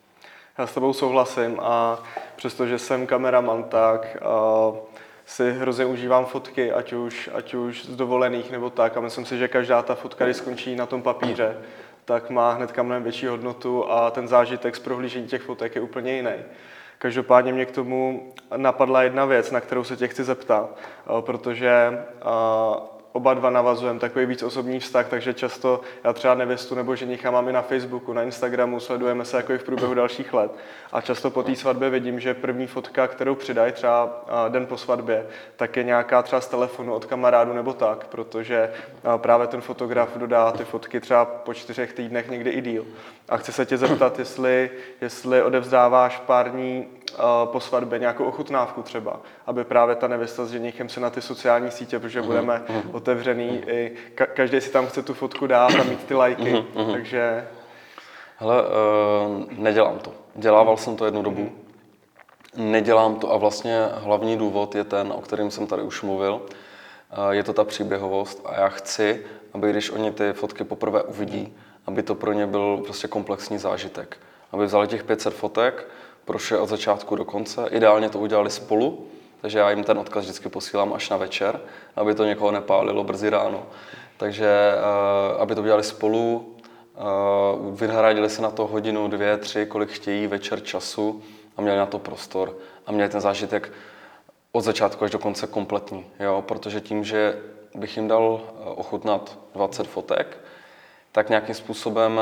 Já s tebou souhlasím a přestože jsem kameraman, tak uh, si hrozně užívám fotky, ať už, ať už z dovolených nebo tak. A myslím si, že každá ta fotka, když skončí na tom papíře, tak má hnedka mnohem větší hodnotu a ten zážitek z prohlížení těch fotek je úplně jiný. Každopádně mě k tomu napadla jedna věc, na kterou se tě chci zeptat, uh, protože uh, oba dva navazujeme takový víc osobní vztah, takže často já třeba nevěstu nebo ženicha mám i na Facebooku, na Instagramu, sledujeme se jako i v průběhu dalších let. A často po té svatbě vidím, že první fotka, kterou přidají třeba den po svatbě, tak je nějaká třeba z telefonu od kamarádu nebo tak, protože právě ten fotograf dodá ty fotky třeba po čtyřech týdnech, někdy i díl. A chci se tě zeptat, jestli, jestli odevzdáváš pár dní po svatbě nějakou ochutnávku třeba, aby právě ta nevěsta s ženichem se na ty sociální sítě, protože budeme otevřený, i ka- každý si tam chce tu fotku dát a mít ty lajky, takže...
Hele, uh, nedělám to. Dělával jsem to jednu dobu. Nedělám to a vlastně hlavní důvod je ten, o kterém jsem tady už mluvil. Uh, je to ta příběhovost a já chci, aby když oni ty fotky poprvé uvidí, aby to pro ně byl prostě komplexní zážitek. Aby vzali těch pět set fotek, prošli od začátku do konce, ideálně to udělali spolu, takže já jim ten odkaz vždycky posílám až na večer, aby to někoho nepálilo brzy ráno. Takže uh, aby to udělali spolu, uh, vyhradili si na to hodinu, dvě, tři, kolik chtějí, večer času a měli na to prostor a měli ten zážitek od začátku až do konce kompletní, jo? Protože tím, že bych jim dal ochutnat dvacet fotek, tak nějakým způsobem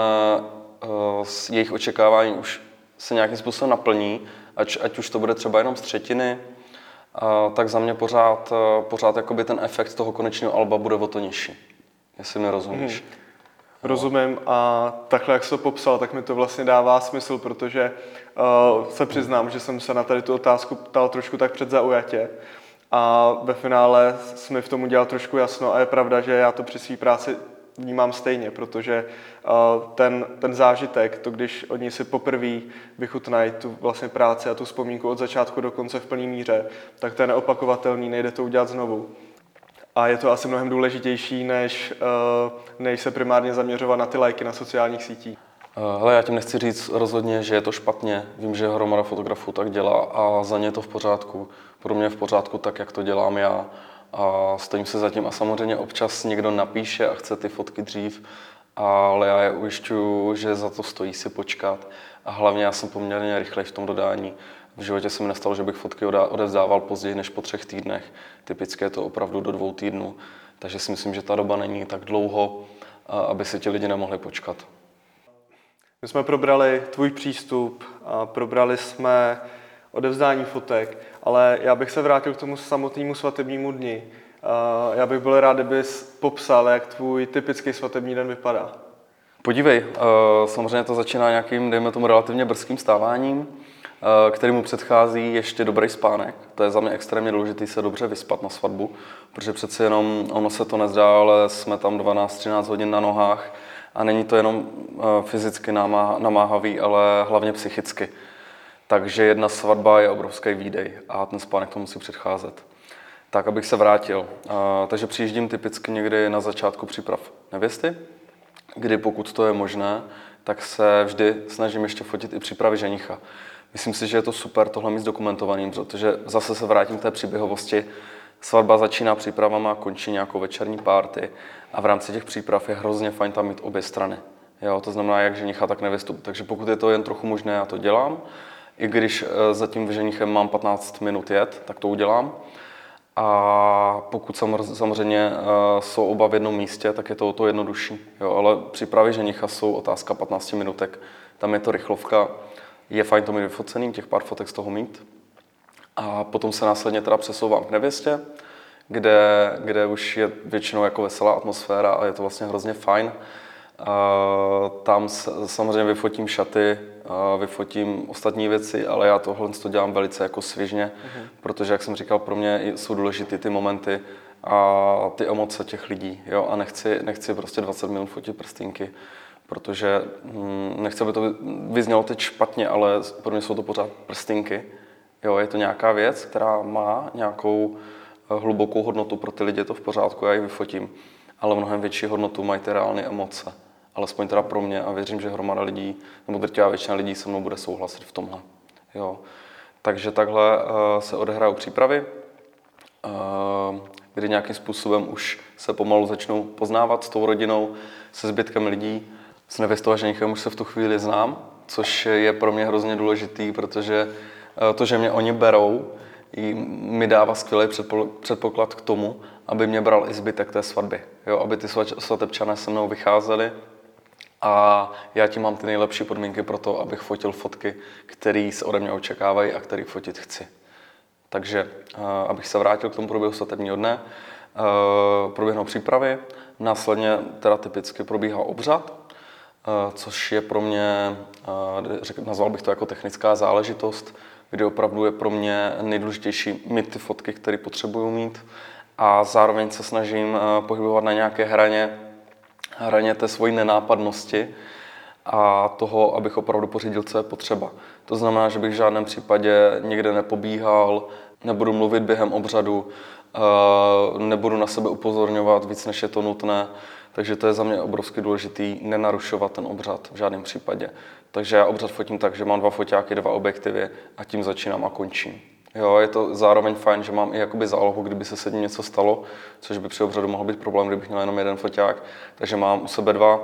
uh, jejich očekávání už se nějakým způsobem naplní, ať, ať už to bude třeba jenom z třetiny, uh, tak za mě pořád, uh, pořád jakoby ten efekt toho konečného alba bude o to nižší, jestli mi rozumíš. Hmm.
Rozumím a takhle, jak jsi to popsal, tak mi to vlastně dává smysl, protože uh, se přiznám, že jsem se na tady tu otázku ptal trošku tak předzaujatě a ve finále jsi mi v tom udělal trošku jasno a je pravda, že já to při své práci vnímám stejně, protože uh, ten, ten zážitek, to když oni si poprvé vychutnají tu vlastně práci a tu vzpomínku od začátku do konce v plný míře, tak to je neopakovatelný, nejde to udělat znovu. A je to asi mnohem důležitější, než, uh, než se primárně zaměřovat na ty lajky na sociálních sítích.
Hele, já tím nechci říct rozhodně, že je to špatně. Vím, že hromada fotografů tak dělá a za ně je to v pořádku. Pro mě je v pořádku tak, jak to dělám já. A stojím se za tím a samozřejmě občas někdo napíše a chce ty fotky dřív, ale já je ujišťuju, že za to stojí si počkat. A hlavně já jsem poměrně rychlej v tom dodání. V životě se mi nestalo, že bych fotky odevzdával později než po třech týdnech. Typicky je to opravdu do dvou týdnů. Takže si myslím, že ta doba není tak dlouho, aby si ti lidi nemohli počkat.
My jsme probrali tvůj přístup, a probrali jsme odevzdání fotek, ale já bych se vrátil k tomu samotnému svatebnímu dni. Já bych byl rád, kdybys popsal, jak tvůj typický svatební den vypadá.
Podívej, samozřejmě to začíná nějakým, dejme tomu, relativně brzkým stáváním, kterému předchází ještě dobrý spánek. To je za mě extrémně důležité se dobře vyspat na svatbu, protože přeci jenom ono se to nezdá, ale jsme tam dvanáct třináct hodin na nohách a není to jenom fyzicky namáhavý, ale hlavně psychicky. Takže jedna svatba je obrovský výdej a ten spánek to musí předcházet. Tak, abych se vrátil. Takže přijíždím typicky někdy na začátku příprav nevěsty, kdy pokud to je možné, tak se vždy snažím ještě fotit i přípravy ženicha. Myslím si, že je to super tohle mít zdokumentovaným, protože zase se vrátím k té příběhovosti. Svatba začíná přípravama, končí nějakou večerní party a v rámci těch příprav je hrozně fajn tam mít obě strany. Jo, to znamená jak ženicha, tak nevěstu. Takže pokud je to jen trochu možné, já to dělám. I když za tím ženichem mám patnáct minut jet, tak to udělám. A pokud samozřejmě jsou oba v jednom místě, tak je to o to jednodušší. Jo, ale přípravy ženicha jsou otázka patnáct minutek. Tam je to rychlovka. Je fajn to mít vyfoceným, těch pár fotek z toho mít. A potom se následně teda přesouvám k nevěstě, kde, kde už je většinou jako veselá atmosféra a je to vlastně hrozně fajn. A tam se, samozřejmě vyfotím šaty, a vyfotím ostatní věci, ale já tohle to dělám velice jako svižně, mm-hmm. protože, jak jsem říkal, pro mě jsou důležité ty momenty a ty emoce těch lidí. Jo? A nechci, nechci prostě dvacet minut fotit prstínky, protože hm, nechci, aby to vyznělo teď špatně, ale pro mě jsou to pořád prstínky. Jo? Je to nějaká věc, která má nějakou hlubokou hodnotu pro ty lidi, je to v pořádku, já ji vyfotím, ale mnohem větší hodnotu mají ty reálné emoce. Alespoň teda pro mě a věřím, že hromada lidí, nebo drtivá většina lidí se mnou bude souhlasit v tomhle. Jo. Takže takhle uh, se odehrajou přípravy, uh, kdy nějakým způsobem už se pomalu začnou poznávat s tou rodinou, se zbytkem lidí. S nevěstou a ženichem už se v tu chvíli znám, což je pro mě hrozně důležitý, protože uh, to, že mě oni berou, jí mi dává skvělý předpoklad k tomu, aby mě bral i zbytek té svatby. Jo, aby ty svatebčané se mnou vycházeli a já tím mám ty nejlepší podmínky pro to, abych fotil fotky, které se ode mě očekávají a které fotit chci. Takže abych se vrátil k tomu průběhu svatebního dne, proběhnou přípravy, následně teda typicky probíhá obřad, což je pro mě, nazval bych to jako technická záležitost, kdy opravdu je pro mě nejdůležitější mít ty fotky, které potřebuju mít a zároveň se snažím pohybovat na nějaké hraně, hraně té svojí nenápadnosti a toho, abych opravdu pořídil, co je potřeba. To znamená, že bych v žádném případě nikde nepobíhal, nebudu mluvit během obřadu, nebudu na sebe upozorňovat víc, než je to nutné. Takže to je za mě obrovsky důležitý, nenarušovat ten obřad v žádném případě. Takže já obřad fotím tak, že mám dva foťáky, dva objektivy a tím začínám a končím. Jo, je to zároveň fajn, že mám i jakoby zálohu, kdyby se sedím něco stalo, což by při obřadu mohl být problém, kdybych měl jenom jeden foťák. Takže mám u sebe dva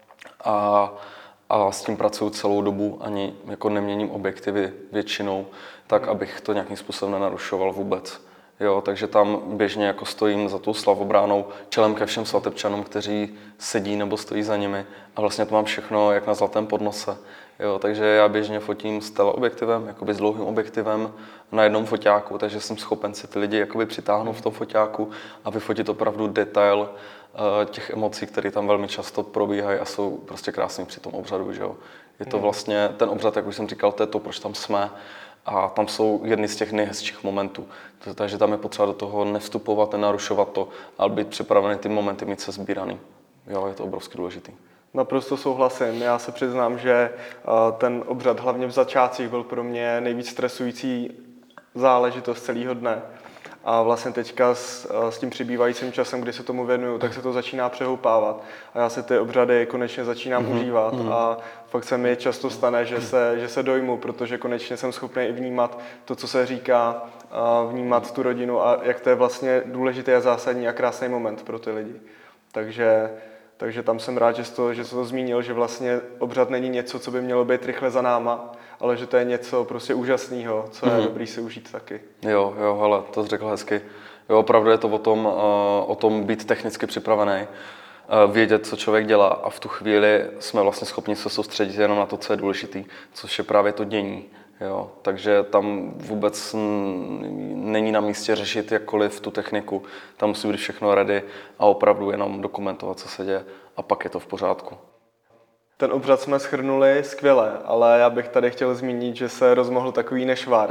a, a s tím pracuju celou dobu, ani jako neměním objektivy většinou, tak abych to nějakým způsobem nenarušoval vůbec. Jo, takže tam běžně jako stojím za tou slavobránou čelem ke všem svatebčanům, kteří sedí nebo stojí za nimi a vlastně to mám všechno jak na zlatém podnose. Jo, takže já běžně fotím s teleobjektivem, jakoby s dlouhým objektivem na jednom foťáku, takže jsem schopen si ty lidi jakoby přitáhnout v tom foťáku a vyfotit opravdu detail uh, těch emocí, které tam velmi často probíhají a jsou prostě krásný při tom obřadu. Že jo. Je to vlastně ten obřad, jak už jsem říkal, to je to, proč tam jsme. A tam jsou jedny z těch nejhezčích momentů. Takže tam je potřeba do toho nevstupovat, nenarušovat to, ale být připravený ty momenty mít se sbíraný. Jo, je to obrovsky důležitý.
Naprosto souhlasím. Já se přiznám, že ten obřad hlavně v začátcích byl pro mě nejvíc stresující záležitost celého dne. A vlastně teďka s, s tím přibývajícím časem, kdy se tomu věnuju, tak se to začíná přehoupávat. A já si ty obřady konečně začínám mm-hmm. užívat. Mm-hmm. A fakt se mi často stane, že se, že se dojmu, protože konečně jsem schopný i vnímat to, co se říká, a vnímat tu rodinu a jak to je vlastně důležitý a zásadní a krásný moment pro ty lidi. Takže, takže tam jsem rád, že jsi to, že jsi to zmínil, že vlastně obřad není něco, co by mělo být rychle za náma, ale že to je něco prostě úžasného, co je mm-hmm. dobrý si užít taky.
Jo, jo, hele, to jsi řekl hezky. Jo, opravdu je to o tom, uh, o tom být technicky připravený, uh, vědět, co člověk dělá a v tu chvíli jsme vlastně schopni se soustředit jenom na to, co je důležitý, což je právě to dění. Jo, takže tam vůbec není na místě řešit jakkoliv tu techniku, tam musí být všechno ready a opravdu jenom dokumentovat, co se děje a pak je to v pořádku.
Ten obřad jsme shrnuli skvěle, ale já bych tady chtěl zmínit, že se rozmohl takový nešvar.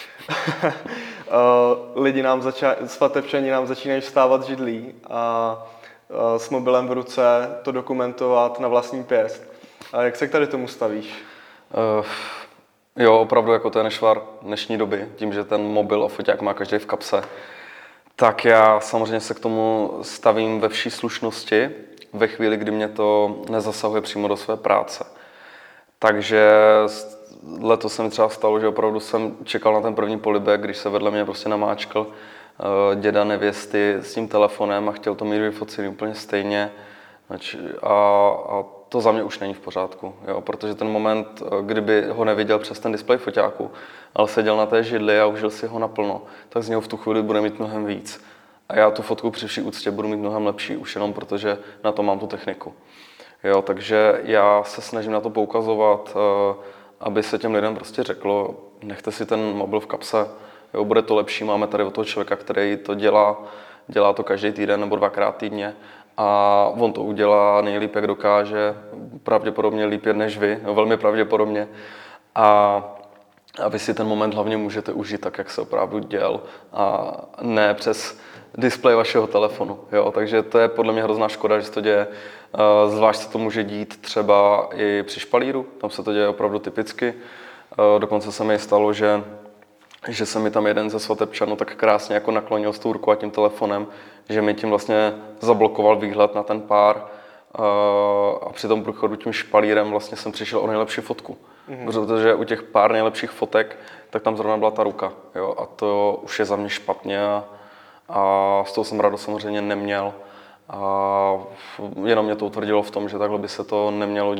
Lidi nám zača- svatebčani nám začínají vstávat z židlí a s mobilem v ruce to dokumentovat na vlastní pěst. A jak se k tady tomu stavíš?
Uh, jo, opravdu jako to je nešvar dnešní doby, tím, že ten mobil a foťák má každý v kapse. Tak já samozřejmě se k tomu stavím ve vší slušnosti, ve chvíli, kdy mě to nezasahuje přímo do své práce. Takže letos se mi třeba stalo, že opravdu jsem čekal na ten první polibek, když se vedle mě prostě namáčkal děda nevěsty s tím telefonem a chtěl to mít vyfocený úplně stejně. A, a to za mě už není v pořádku, jo, protože ten moment, kdyby ho neviděl přes ten displej foťáku, ale seděl na té židli a užil si ho naplno, tak z něho v tu chvíli bude mít mnohem víc. A já tu fotku při vší úctě budu mít mnohem lepší, už jenom protože na to mám tu techniku. Jo, takže já se snažím na to poukazovat, aby se těm lidem prostě řeklo, nechte si ten mobil v kapse, jo, bude to lepší, máme tady od toho člověka, který to dělá, dělá to každý týden nebo dvakrát týdně a on to udělá nejlíp, jak dokáže, pravděpodobně líp než vy, no, velmi pravděpodobně. A A vy si ten moment hlavně můžete užít tak, jak se opravdu děl a ne přes displej vašeho telefonu. Jo? Takže to je podle mě hrozná škoda, že se to děje. Zvlášť se to může dít třeba i při špalíru, tam se to děje opravdu typicky. Dokonce se mi stalo, že, že se mi tam jeden ze svatebčanů tak krásně jako naklonil s tou rukou a tím telefonem, že mi tím vlastně zablokoval výhled na ten pár. A při tom průchodu tím špalírem vlastně jsem přišel o nejlepší fotku. Mm-hmm. Protože u těch pár nejlepších fotek, tak tam zrovna byla ta ruka. Jo? A to už je za mě špatně a, a z toho jsem radost samozřejmě neměl. A jenom mě to utvrdilo v tom, že takhle by se to nemělo dít.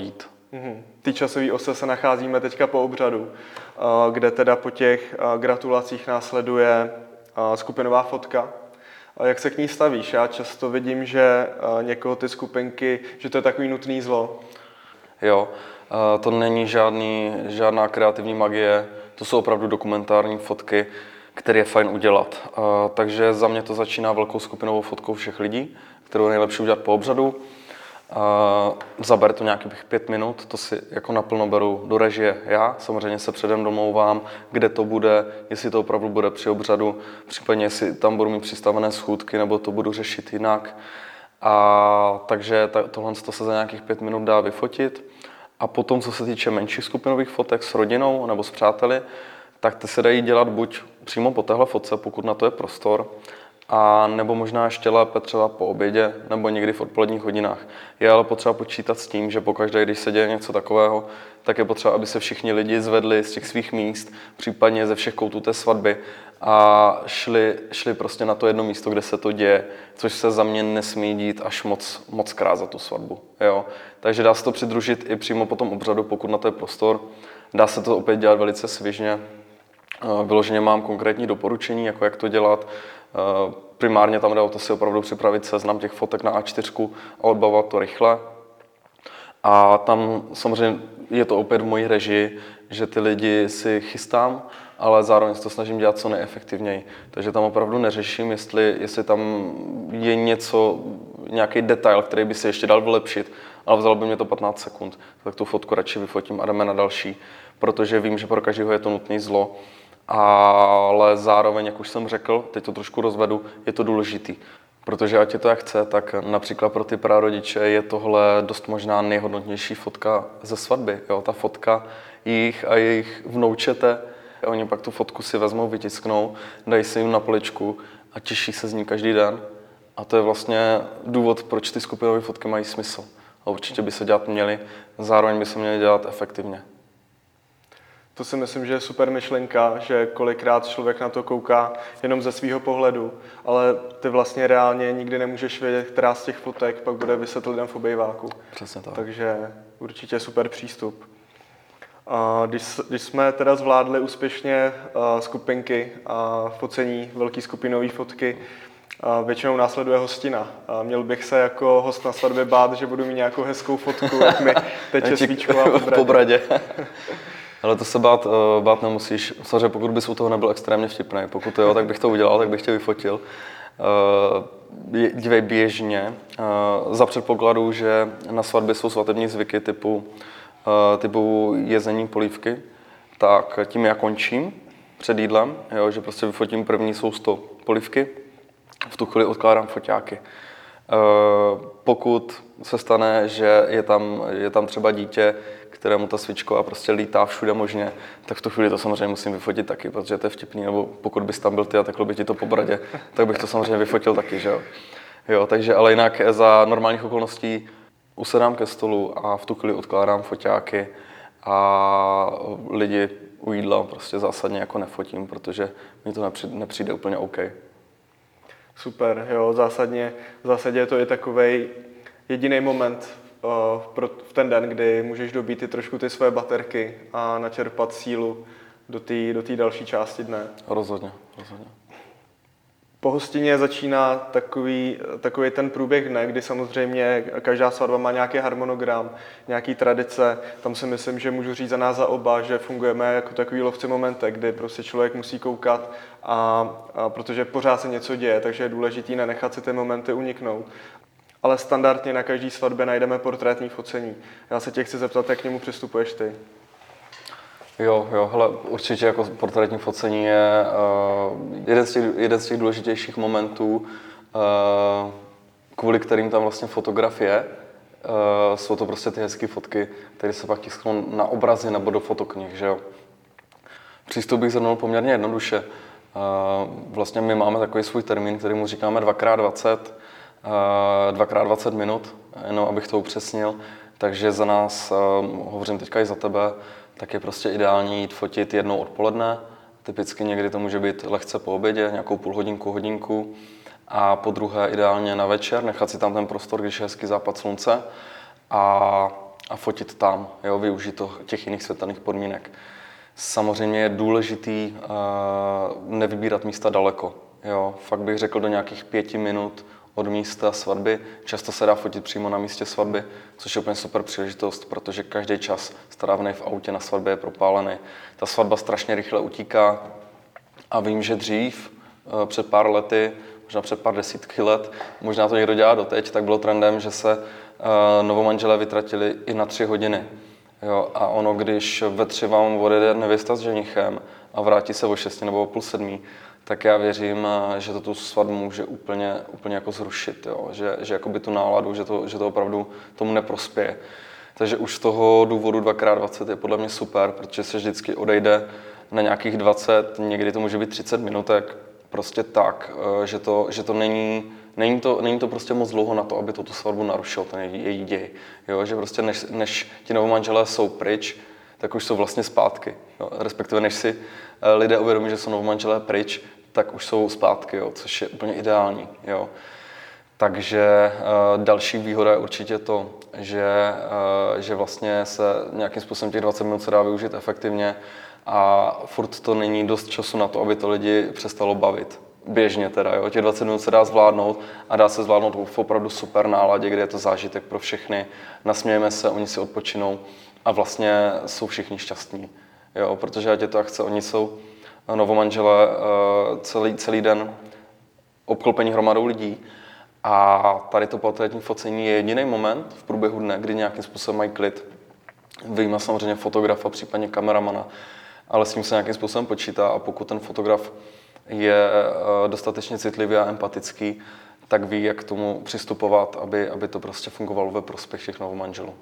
Mhm. V té časové ose se nacházíme teďka po obřadu, eh, kde teda po těch eh, gratulacích následuje eh, skupinová fotka. A jak se k ní stavíš? Já často vidím, že eh, někoho ty skupinky, že to je takový nutný zlo.
Jo, eh, to není žádný, žádná kreativní magie, to jsou opravdu dokumentární fotky, které je fajn udělat. Eh, takže za mě to začíná velkou skupinovou fotkou všech lidí, kterou je nejlepší udělat po obřadu. Uh, zabere to nějakých pět minut, to si jako naplno beru do režie já. Samozřejmě se předem domlouvám, kde to bude, jestli to opravdu bude při obřadu, případně jestli tam budu mít přistavené schůdky, nebo to budu řešit jinak. A takže ta, tohle to se za nějakých pět minut dá vyfotit. A potom, co se týče menších skupinových fotek s rodinou nebo s přáteli, tak ty se dají dělat buď přímo po téhle fotce, pokud na to je prostor, a nebo možná ještě lépe třeba po obědě nebo někdy v odpoledních hodinách. Je ale potřeba počítat s tím, že pokaždé, když se děje něco takového, tak je potřeba, aby se všichni lidi zvedli z těch svých míst, případně ze všech koutů té svatby a šli, šli prostě na to jedno místo, kde se to děje, což se za mě nesmí dít až moc, moc krát za tu svatbu. Jo? Takže dá se to přidružit i přímo po tom obřadu, pokud na to je prostor. Dá se to opět dělat velice svižně. Vyloženě mám konkrétní doporučení, jako jak to dělat. Primárně tam jde o to si opravdu připravit seznam těch fotek na á čtyři a odbavovat to rychle. A tam samozřejmě je to opět v mojí režii, že ty lidi si chystám, ale zároveň se to snažím dělat co nejefektivněji. Takže tam opravdu neřeším, jestli, jestli tam je něco, nějaký detail, který by se ještě dal vylepšit, ale vzalo by mě to patnáct sekund. Tak tu fotku radši vyfotím a jdeme na další, protože vím, že pro každého je to nutné zlo. Ale zároveň, jak už jsem řekl, teď to trošku rozvedu, je to důležitý. Protože ať je to jak chce, tak například pro ty prarodiče je tohle dost možná nejhodnotnější fotka ze svatby. Jo? Ta fotka jich a jejich vnoučete, oni pak tu fotku si vezmou, vytisknou, dají si jim na poličku a těší se z ní každý den. A to je vlastně důvod, proč ty skupinové fotky mají smysl. A určitě by se dělat měly, zároveň by se měly dělat efektivně.
To si myslím, že je super myšlenka, že kolikrát člověk na to kouká jenom ze svého pohledu, ale ty vlastně reálně nikdy nemůžeš vědět, která z těch fotek pak bude vyset lidem v obejváku.
Přesně tak.
Takže určitě super přístup. A když, když jsme teda zvládli úspěšně skupinky a focení velké skupinové fotky, a většinou následuje hostina. A měl bych se jako host na svatbě bát, že budu mít nějakou hezkou fotku, jak mi teče svíčková po bradě.
Po bradě. Ale to se bát, bát nemusíš. Samozřejmě pokud bys u toho nebyl extrémně vtipný. Pokud jo, tak bych to udělal, tak bych tě vyfotil. Dívej běžně. Za předpokladu, že na svatbě jsou svatební zvyky typu, typu jezení polívky, tak tím já končím před jídlem, jo, že prostě vyfotím první sousto polívky. V tu chvíli odkládám foťáky. Pokud se stane, že je tam, je tam třeba dítě, kterému ta svíčková prostě lítá všude možně, tak v tu chvíli to samozřejmě musím vyfotit taky, protože to je vtipný, nebo pokud bys tam byl ty a takhle by ti to po bradě, tak bych to samozřejmě vyfotil taky, že jo. Jo, takže ale jinak za normálních okolností usedám ke stolu a v tu chvíli odkládám foťáky a lidi u jídla prostě zásadně jako nefotím, protože mi to nepřijde, nepřijde úplně OK.
Super, jo, zásadně, v zásadě je to i takovej jediný moment uh, pro, v ten den, kdy můžeš dobít i trošku ty své baterky a načerpat sílu do té do té další části dne.
Rozhodně, rozhodně.
Po hostině začíná takový, takový ten průběh dne, kdy samozřejmě každá svatba má nějaký harmonogram, nějaký tradice. Tam si myslím, že můžu říct za nás za oba, že fungujeme jako takový lovci momentek, kdy prostě člověk musí koukat, a, a protože pořád se něco děje, takže je důležité nenechat si ty momenty uniknout. Ale standardně na každé svatbě najdeme portrétní focení. Já se tě chci zeptat, jak k němu přistupuješ ty.
Jo, jo, hele, určitě jako portrétní focení je uh, jeden, z těch, jeden z těch důležitějších momentů, uh, kvůli kterým tam vlastně fotograf je. Uh, jsou to prostě ty hezké fotky, které se pak tisknou na obrazy nebo do fotoknih, že jo. Přístup bych zhrnul poměrně jednoduše. Uh, vlastně my máme takový svůj termín, který mu říkáme dva krát dvacet, uh, dva krát dvacet minut, jenom abych to upřesnil. Takže za nás, uh, hovořím teďka i za tebe, tak je prostě ideální jít fotit jednou odpoledne. Typicky někdy to může být lehce po obědě, nějakou půl hodinku, hodinku. A po druhé ideálně na večer, nechat si tam ten prostor, když je hezký západ slunce. A, a fotit tam, jo, využít to, těch jiných světelných podmínek. Samozřejmě je důležitý uh, nevybírat místa daleko. Jo. Fakt bych řekl do nějakých pěti minut od místa svatby. Často se dá fotit přímo na místě svatby, což je úplně super příležitost, protože každý čas strávený v autě na svatbě je propálený. Ta svatba strašně rychle utíká a vím, že dřív, uh, před pár lety, možná před pár desítky let, možná to někdo dělá doteď, tak bylo trendem, že se uh, novomanželé vytratili i na tři hodiny. Jo, a ono, když ve tři vám odjede nevěsta s ženichem a vrátí se o šesti nebo o půl sedmí, tak já věřím, že to tu svatbu může úplně, úplně jako zrušit, jo? Že, že jakoby tu náladu, že to, že to opravdu tomu neprospěje. Takže už z toho důvodu dva krát dvacet je podle mě super, protože se vždycky odejde na nějakých dvacet, někdy to může být třicet minutek, prostě tak, že to, že to není, není to, není to prostě moc dlouho na to, aby to tu svatbu narušil, ten její, její děj. Jo, že prostě než, než ti novomanželé jsou pryč, tak už jsou vlastně zpátky. Jo. Respektive než si lidé uvědomí, že jsou novomanželé pryč, tak už jsou zpátky, jo, což je úplně ideální. Jo. Takže uh, další výhoda je určitě to, že, uh, že vlastně se nějakým způsobem těch dvacet minut se dá využít efektivně a furt to není dost času na to, aby to lidi přestalo bavit. Běžně teda, jo. Těch dvacet minut se dá zvládnout a dá se zvládnout v opravdu super náladě, kde je to zážitek pro všechny. Nasmějeme se, oni si odpočinou a vlastně jsou všichni šťastní. Jo, protože ať je to akce, oni jsou novomanželé celý, celý den obklopení hromadou lidí. A tady to portrétní focení je jediný moment v průběhu dne, kdy nějakým způsobem mají klid. Vyjma samozřejmě fotografa, případně kameramana, ale s tím se nějakým způsobem počítá a pokud ten fotograf je dostatečně citlivý a empatický, tak ví, jak k tomu přistupovat, aby, aby to prostě fungovalo ve prospěch těch novomanželů.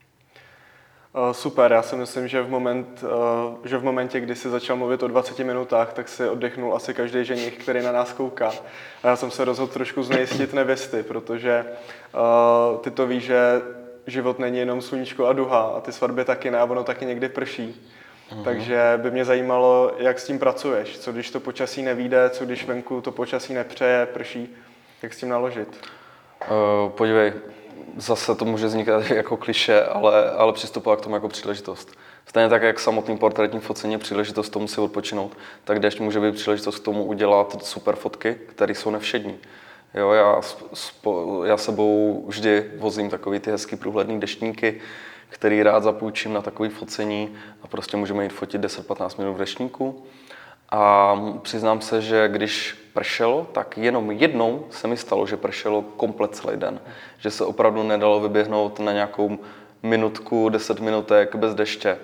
Super, já si myslím, že v, moment, že v momentě, kdy jsi začal mluvit o dvaceti minutách, tak si oddechnul asi každý ženich, který na nás kouká. A já jsem se rozhodl trošku znejistit nevěsty, protože uh, ty to víš, že život není jenom sluníčko a duha a ty svatby taky ne, a ono taky někdy prší. Mm-hmm. Takže by mě zajímalo, jak s tím pracuješ. Co když to počasí nevyjde, co když venku to počasí nepřeje, prší, jak s tím naložit?
Uh, podívej, zase to může vznikat jako klišé, ale, ale přistupovat k tomu jako příležitost. Stejně tak, jak samotný portrétní focení je příležitost tomu si odpočinout, tak déšť může být příležitost k tomu udělat super fotky, které jsou nevšední. Jo, já, spo, já sebou vždy vozím takový ty hezký průhledný deštníky, který rád zapůjčím na takové focení a prostě můžeme jít fotit deset patnáct minut v deštníku. A přiznám se, že když pršelo, tak jenom jednou se mi stalo, že pršelo komplet celý den. Že se opravdu nedalo vyběhnout na nějakou minutku, deset minutek bez deště.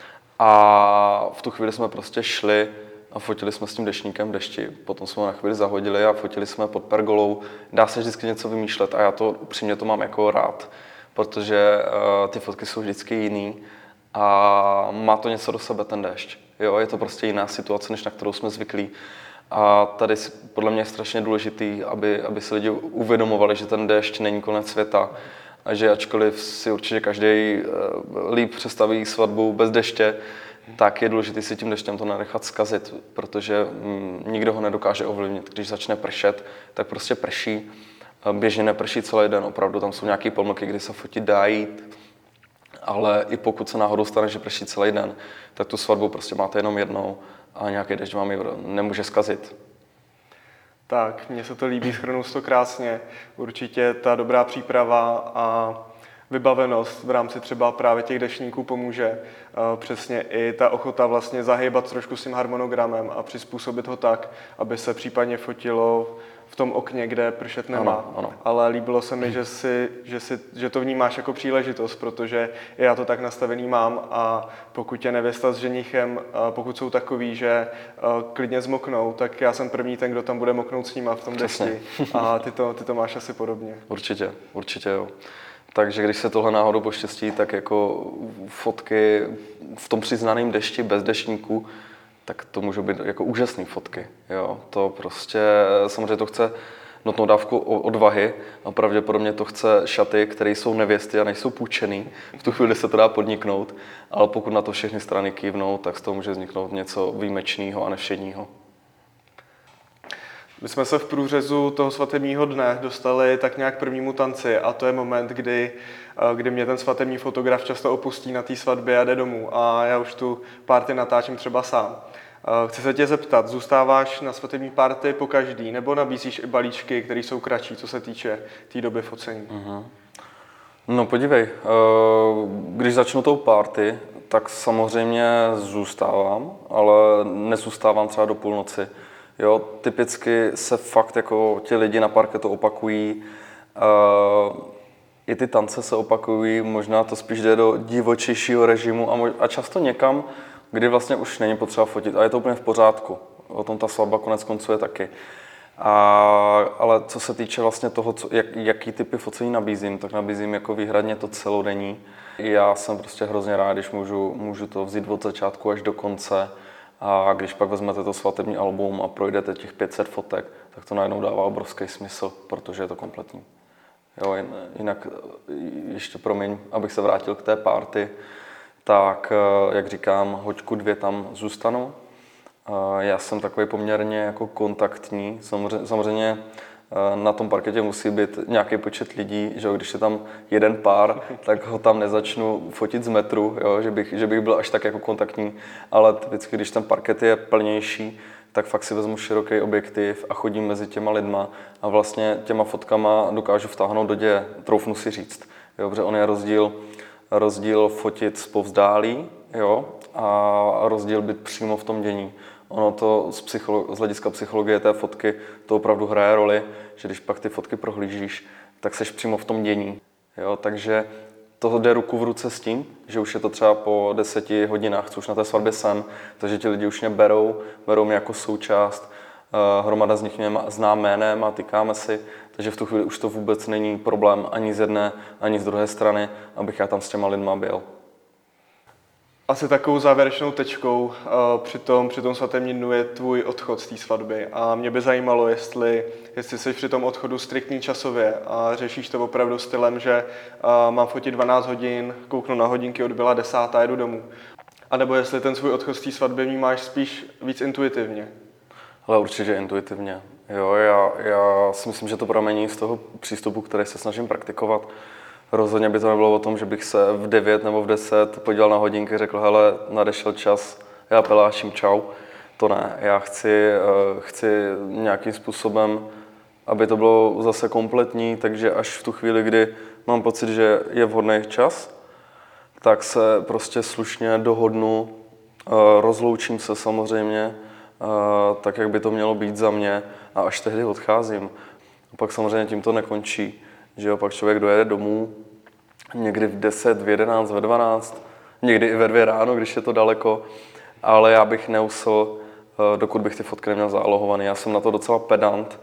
A v tu chvíli jsme prostě šli a fotili jsme s tím deštníkem v dešti. Potom jsme ho na chvíli zahodili a fotili jsme pod pergolou. Dá se vždycky něco vymýšlet a já to upřímně to mám jako rád, protože uh, ty fotky jsou vždycky jiný a má to něco do sebe ten déšť. Jo, je to prostě jiná situace, než na kterou jsme zvyklí. A tady podle mě je strašně důležitý, aby, aby si lidi uvědomovali, že ten déšť není konec světa. A že ačkoliv si určitě každý líp představí svatbu bez deště, tak je důležité si tím deštěm to nenechat zkazit, protože mm, nikdo ho nedokáže ovlivnit. Když začne pršet, tak prostě prší. Běžně neprší celý den, opravdu tam jsou nějaké pomlky, kdy se fotit dá jít. Ale i pokud se náhodou stane, že prší celý den, tak tu svatbu prostě máte jenom jednou a nějaký dešť vám ji nemůže zkazit.
Tak, mně se to líbí, shrnul to krásně. Určitě ta dobrá příprava a vybavenost v rámci třeba právě těch deštníků pomůže. Přesně i ta ochota vlastně zahýbat trošku s tím harmonogramem a přizpůsobit ho tak, aby se případně fotilo v tom okně, kde pršet nemá.
Ano, ano.
Ale líbilo se mi, že, si, že, si, že to vnímáš jako příležitost, protože já to tak nastavený mám a pokud je nevěsta s ženichem, pokud jsou takový, že klidně zmoknou, tak já jsem první ten, kdo tam bude moknout s nima v tom dešti. A ty to, ty to máš asi podobně.
Určitě, určitě jo. Takže když se tohle náhodou poštěstí, tak jako fotky v tom přiznaném dešti bez deštníku, tak to můžou být jako úžasné fotky. Jo. To prostě, samozřejmě to chce nutnou dávku odvahy a pravděpodobně to chce šaty, které jsou nevěsty a nejsou půjčený. V tu chvíli se to dá podniknout, ale pokud na to všechny strany kývnou, tak z toho může vzniknout něco výjimečného a nevšedního.
My jsme se v průřezu toho svatebního dne dostali tak nějak k prvnímu tanci a to je moment, kdy, kdy mě ten svatební fotograf často opustí na té svatbě a jde domů a já už tu party natáčím třeba sám. Chci se tě zeptat, zůstáváš na svatební party po každý nebo nabízíš i balíčky, které jsou kratší, co se týče té tý doby focení?
Uh-huh. No podívej, když začnu tou party, tak samozřejmě zůstávám, ale nezůstávám třeba do půlnoci. Jo, typicky se fakt jako ti lidi na parketu opakují, uh, i ty tance se opakují, možná to spíš jde do divočejšího režimu a, mož- a často někam, kdy vlastně už není potřeba fotit a je to úplně v pořádku. O tom ta svatba konec konců je taky. A, ale co se týče vlastně toho, co, jak, jaký typy focení nabízím, tak nabízím jako výhradně to celodenní. Já jsem prostě hrozně rád, když můžu, můžu to vzít od začátku až do konce. A když pak vezmete to svatební album a projdete těch pět set fotek, tak to najednou dává obrovský smysl, protože je to kompletní. Jo, jinak ještě promiň, abych se vrátil k té party, tak jak říkám, hoďku dvě tam zůstanu. Já jsem takový poměrně jako kontaktní, samozřejmě, samozřejmě na tom parketě musí být nějaký počet lidí, že jo, když je tam jeden pár, tak ho tam nezačnu fotit z metru, jo, že, bych, že bych byl až tak jako kontaktní, ale vždycky, když ten parket je plnější, tak fakt si vezmu široký objektiv a chodím mezi těma lidma a vlastně těma fotkama dokážu vtáhnout do děje, troufnu si říct, jo, protože on je rozdíl, rozdíl fotit zpovzdálí, jo, a rozdíl být přímo v tom dění. Ono to z, psycholo- z hlediska psychologie té fotky to opravdu hraje roli, že když pak ty fotky prohlížíš, tak seš přímo v tom dění. Jo, takže to jde ruku v ruce s tím, že už je to třeba po deseti hodinách, co už na té svatbě jsem, takže ti lidi už mě berou, berou mě jako součást, uh, hromada z nich mě zná jménem a tykáme si, takže v tu chvíli už to vůbec není problém ani z jedné, ani z druhé strany, abych já tam s těma lidma byl.
Asi takovou závěrečnou tečkou uh, při tom, při tom svatebním dnu je tvůj odchod z té svatby a mě by zajímalo, jestli, jestli jsi při tom odchodu striktní časově a řešíš to opravdu stylem, že uh, mám fotit dvanáct hodin, kouknu na hodinky, odbyla desátá, jedu domů. A nebo jestli ten svůj odchod z té svatby vnímáš spíš víc intuitivně.
Ale určitě intuitivně. Jo, já, já si myslím, že to pramení z toho přístupu, který se snažím praktikovat. Rozhodně by to nebylo o tom, že bych se v devět nebo v deset podíval na hodinky a řekl, hele, nadešel čas, já peláším, čau. To ne, já chci, chci nějakým způsobem, aby to bylo zase kompletní, takže až v tu chvíli, kdy mám pocit, že je vhodný čas, tak se prostě slušně dohodnu, rozloučím se samozřejmě, tak, jak by to mělo být za mě a až tehdy odcházím. A pak samozřejmě tím to nekončí. Že jo, pak člověk dojede domů někdy v deset, v jedenáct, ve dvanáct, někdy i ve dvě ráno, když je to daleko, ale já bych neusl, dokud bych ty fotky neměl zálohovaný. Já jsem na to docela pedant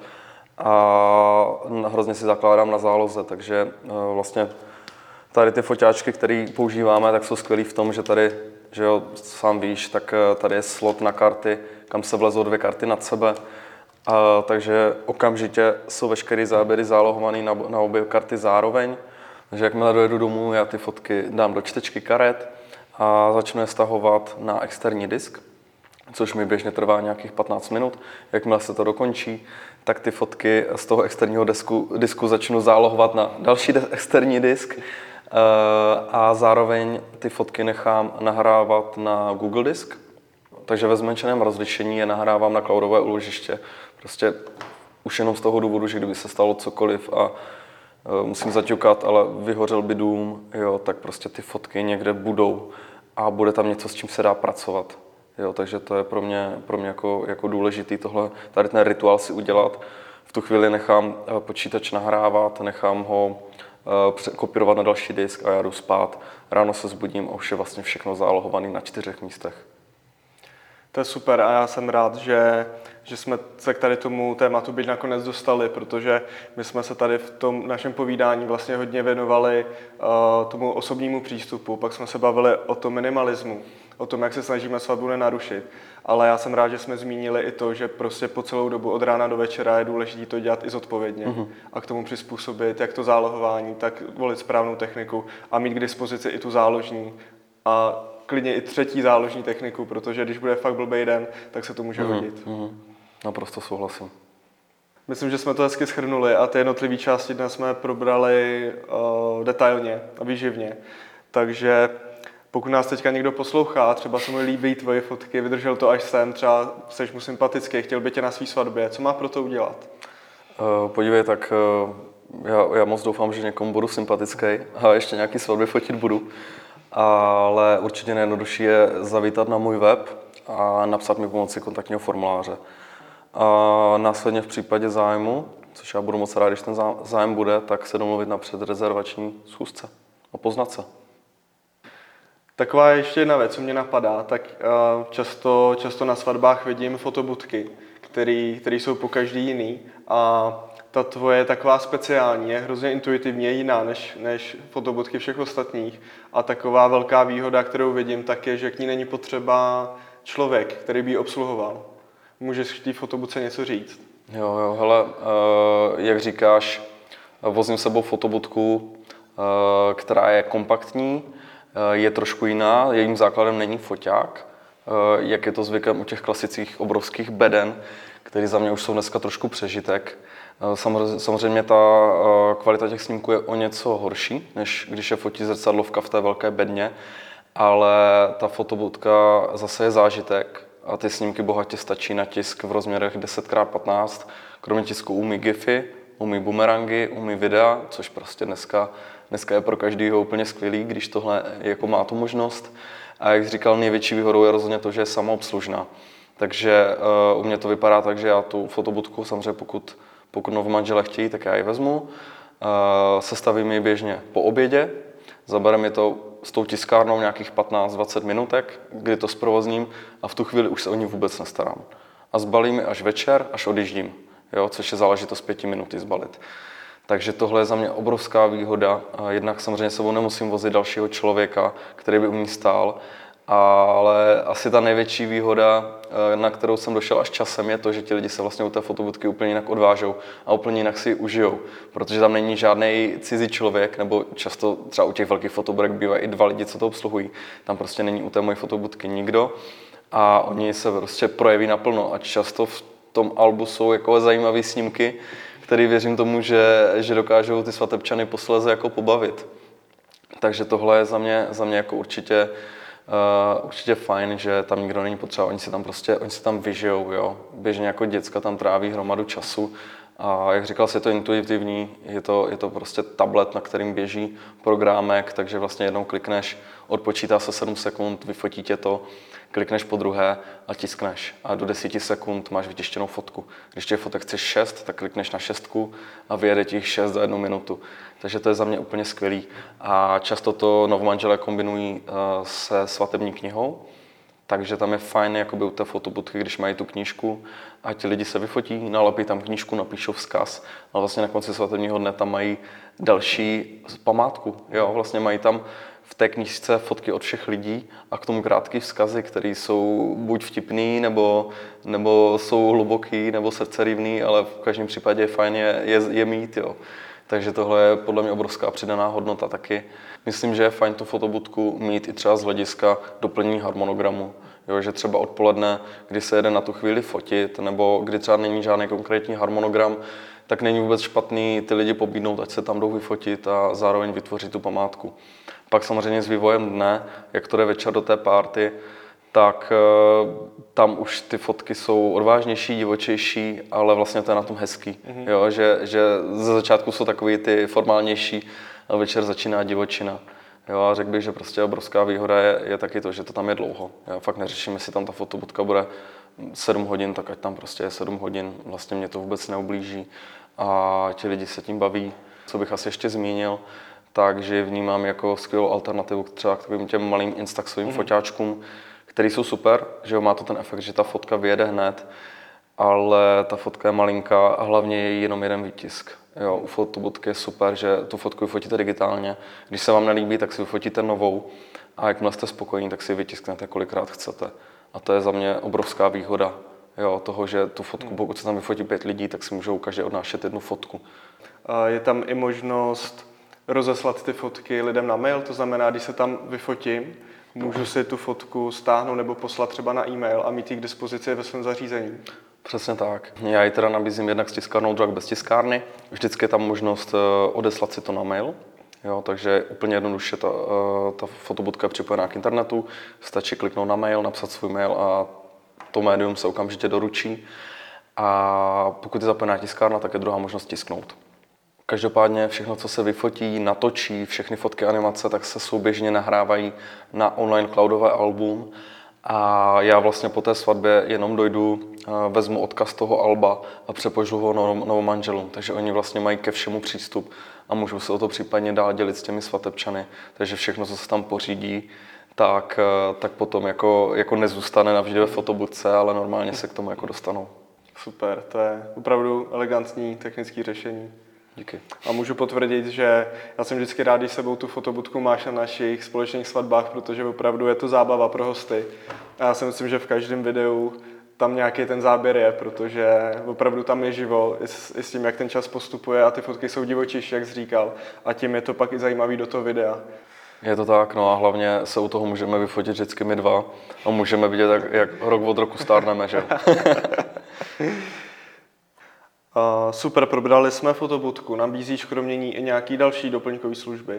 a hrozně si zakládám na záloze, takže vlastně tady ty foťáčky, které používáme, tak jsou skvělý v tom, že tady, že jo, sám víš, tak tady je slot na karty, kam se vlezou dvě karty nad sebe. A, takže okamžitě jsou veškeré záběry zálohované na, na obě karty zároveň. Takže jakmile dojedu domů, já ty fotky dám do čtečky karet a začnu je stahovat na externí disk, což mi běžně trvá nějakých patnáct minut. Jakmile se to dokončí, tak ty fotky z toho externího disku, disku začnu zálohovat na další externí disk a zároveň ty fotky nechám nahrávat na Google disk. Takže ve zmenšeném rozlišení je nahrávám na cloudové úložiště. Prostě už jenom z toho důvodu, že kdyby se stalo cokoliv a uh, musím zaťukat, ale vyhořel by dům, jo, tak prostě ty fotky někde budou a bude tam něco, s čím se dá pracovat. Jo, takže to je pro mě, pro mě jako, jako důležitý tohle, tady ten rituál si udělat. V tu chvíli nechám počítač nahrávat, nechám ho uh, kopírovat na další disk a já jdu spát. Ráno se zbudím a už je vlastně všechno zálohované na čtyřech místech.
To je super a já jsem rád, že, že jsme se k tady tomu tématu byť nakonec dostali, protože my jsme se tady v tom našem povídání vlastně hodně věnovali uh, tomu osobnímu přístupu, pak jsme se bavili o tom minimalismu, o tom, jak se snažíme svatbu nenarušit, ale já jsem rád, že jsme zmínili i to, že prostě po celou dobu od rána do večera je důležité to dělat i zodpovědně mm-hmm. a k tomu přizpůsobit jak to zálohování, tak volit správnou techniku a mít k dispozici i tu záložní a klidně i třetí záložní techniku, protože když bude fakt blbej den, tak se to může hodit.
Mm, mm, naprosto souhlasím.
Myslím, že jsme to hezky shrnuli a ty jednotlivé části dnes jsme probrali uh, detailně a výživně. Takže pokud nás teďka někdo poslouchá, třeba se mu líbí tvoje fotky, vydržel to až sem, třeba seš mu sympatický, chtěl by tě na svý svatbě, co má pro to udělat?
Uh, podívej, tak uh, já, já moc doufám, že někomu budu sympatický a ještě nějaký svatby fotit budu. Ale určitě nejjednodušší je zavítat na můj web a napsat mi pomocí kontaktního formuláře. A následně v případě zájmu, což já budu moc rád, když ten zájem bude, tak se domluvit na předrezervační schůzce a poznat se.
Taková ještě jedna věc, co mě napadá, tak uh, často, často na svatbách vidím fotobudky, který, který jsou po každý jiný a ta tvoje je taková speciální, je hrozně intuitivně jiná než, než fotobudky všech ostatních a taková velká výhoda, kterou vidím, tak je, že k ní není potřeba člověk, který by ji obsluhoval. Můžeš k té fotobudce něco říct?
Jo, jo, hele, uh, jak říkáš, vozím s sebou fotobudku, uh, která je kompaktní, uh, je trošku jiná, jejím základem není foťák, uh, jak je to zvykem u těch klasických obrovských beden, které za mě už jsou dneska trošku přežitek. Uh, samozřejmě ta uh, kvalita těch snímků je o něco horší, než když je fotí zrcadlovka v té velké bedně, ale ta fotobudka zase je zážitek. A ty snímky bohatě stačí na tisk v rozměrech deset krát patnáct. Kromě tisku umí gify, umí bumerangy, umí videa, což prostě dneska, dneska je pro každýho úplně skvělý, když tohle jako má tu možnost. A jak jsi říkal, největší výhodou je rozhodně to, že je samoobslužná. Takže uh, u mě to vypadá tak, že já tu fotobudku, samozřejmě pokud, pokud novomanželé chtějí, tak já ji vezmu. Uh, sestavím ji běžně po obědě, zabere mi to s tou tiskárnou nějakých patnáct dvacet minutek, kdy to zprovozním a v tu chvíli už se o ní vůbec nestarám. A zbalím ji až večer, až odjíždím, jo, což je záležitost pěti minuty zbalit. Takže tohle je za mě obrovská výhoda. Jednak samozřejmě sebou nemusím vozit dalšího člověka, který by u ní stál, ale asi ta největší výhoda, na kterou jsem došel až časem, je to, že ti lidi se vlastně u té fotobudky úplně jinak odvážou a úplně jinak si ji užijou, protože tam není žádný cizí člověk, nebo často třeba u těch velkých fotobudek bývají i dva lidi, co to obsluhují. Tam prostě není u té mojí fotobudky nikdo a oni se prostě projeví naplno a často v tom albu jsou jako zajímavé snímky, které věřím tomu, že, že dokážou ty svatebčany posléze jako pobavit. Takže tohle je za mě, za mě jako určitě Uh, určitě fajn, že tam nikdo není potřeba, oni si tam prostě, oni si tam vyžijou, jo. Běžně jako děcka tam tráví hromadu času a jak říkal jsi, je to intuitivní, je to, je to prostě tablet, na kterým běží programek, takže vlastně jednou klikneš, odpočítá se sedm sekund, vyfotí tě to, klikneš po druhé a tiskneš a do deseti sekund máš vytištěnou fotku. Když těch fotek chceš šest, tak klikneš na šestku a vyjede ti jich šest za jednu minutu. Takže to je za mě úplně skvělý. A často to novomanželé kombinují se svatební knihou, takže tam je fajn jakoby u té fotobudky, když mají tu knížku a ti lidi se vyfotí, nalepí tam knížku, napíšou vzkaz, ale vlastně na konci svatebního dne tam mají další památku. Jo? Vlastně mají tam v té knížce fotky od všech lidí a k tomu krátký vzkazy, které jsou buď vtipný, nebo, nebo jsou hluboký, nebo srdcerivný, ale v každém případě je fajn je, je, je mít. Jo. Takže tohle je podle mě obrovská přidaná hodnota taky. Myslím, že je fajn tu fotobudku mít i třeba z hlediska doplnění harmonogramu. Jo, že třeba odpoledne, kdy se jede na tu chvíli fotit, nebo kdy třeba není žádný konkrétní harmonogram, tak není vůbec špatný ty lidi pobídnout, ať se tam jdou vyfotit a zároveň vytvořit tu památku. Pak samozřejmě s vývojem dne, jak to jde večer do té party, tak tam už ty fotky jsou odvážnější, divočejší, ale vlastně to je na tom hezký. Mm-hmm. Jo, že, že ze začátku jsou takový ty formálnější, a večer začíná divočina. Jo, a řekl bych, že prostě obrovská výhoda je, je taky to, že to tam je dlouho. Já fakt neřeším, jestli tam ta fotobudka bude sedm hodin, tak ať tam prostě je sedm hodin. Vlastně mě to vůbec neublíží a ti lidi se tím baví. Co bych asi ještě zmínil, takže vnímám jako skvělou alternativu třeba k takovým těm malým instaxovým mm. foťáčkům, který jsou super, že jo, má to ten efekt, že ta fotka vyjede hned, ale ta fotka je malinká a hlavně je jenom jeden výtisk. Jo, u fotobudky je super, že tu fotku vyfotíte digitálně. Když se vám nelíbí, tak si vyfotíte novou a jakmile jste spokojení, tak si ji vytisknete kolikrát chcete. A to je za mě obrovská výhoda, jo, toho, že tu fotku, pokud se tam vyfotí pět lidí, tak si můžou každý odnášet jednu fotku.
Je tam i možnost rozeslat ty fotky lidem na mail, to znamená, když se tam vyfotím, můžu si tu fotku stáhnout nebo poslat třeba na e-mail a mít ji k dispozici ve svém zařízení.
Přesně tak. Já ji teda nabízím jednak s tiskárnou, druhak bez tiskárny. Vždycky je tam možnost odeslat si to na mail. Jo, takže úplně jednoduše ta, ta fotobudka je připojená k internetu, stačí kliknout na mail, napsat svůj mail a to médium se okamžitě doručí. A pokud je zapojená tiskárna, tak je druhá možnost tisknout. Každopádně všechno, co se vyfotí, natočí, všechny fotky, animace, tak se souběžně nahrávají na online cloudové album. A já vlastně po té svatbě jenom dojdu, vezmu odkaz toho alba a přepošlu ho novomanželům. Takže oni vlastně mají ke všemu přístup a můžou se o to případně dál dělit s těmi svatebčany. Takže všechno, co se tam pořídí, tak, tak potom jako, jako nezůstane navždy ve fotobudce, ale normálně se k tomu jako dostanou.
Super, to je opravdu elegantní technické řešení.
Díky.
A můžu potvrdit, že já jsem vždycky rád, když sebou tu fotobudku máš na našich společných svatbách, protože opravdu je to zábava pro hosty. A já si myslím, že v každém videu tam nějaký ten záběr je, protože opravdu tam je živo i s, i s tím, jak ten čas postupuje a ty fotky jsou divočejší, jak jsi říkal. A tím je to pak i zajímavý do toho videa.
Je to tak, no a hlavně se u toho můžeme vyfotit vždycky my dva a můžeme vidět, jak, jak rok od roku stárneme, že?
Uh, super, probrali jsme fotobudku. Nabízíš kromě ní i nějaký další doplňkové služby?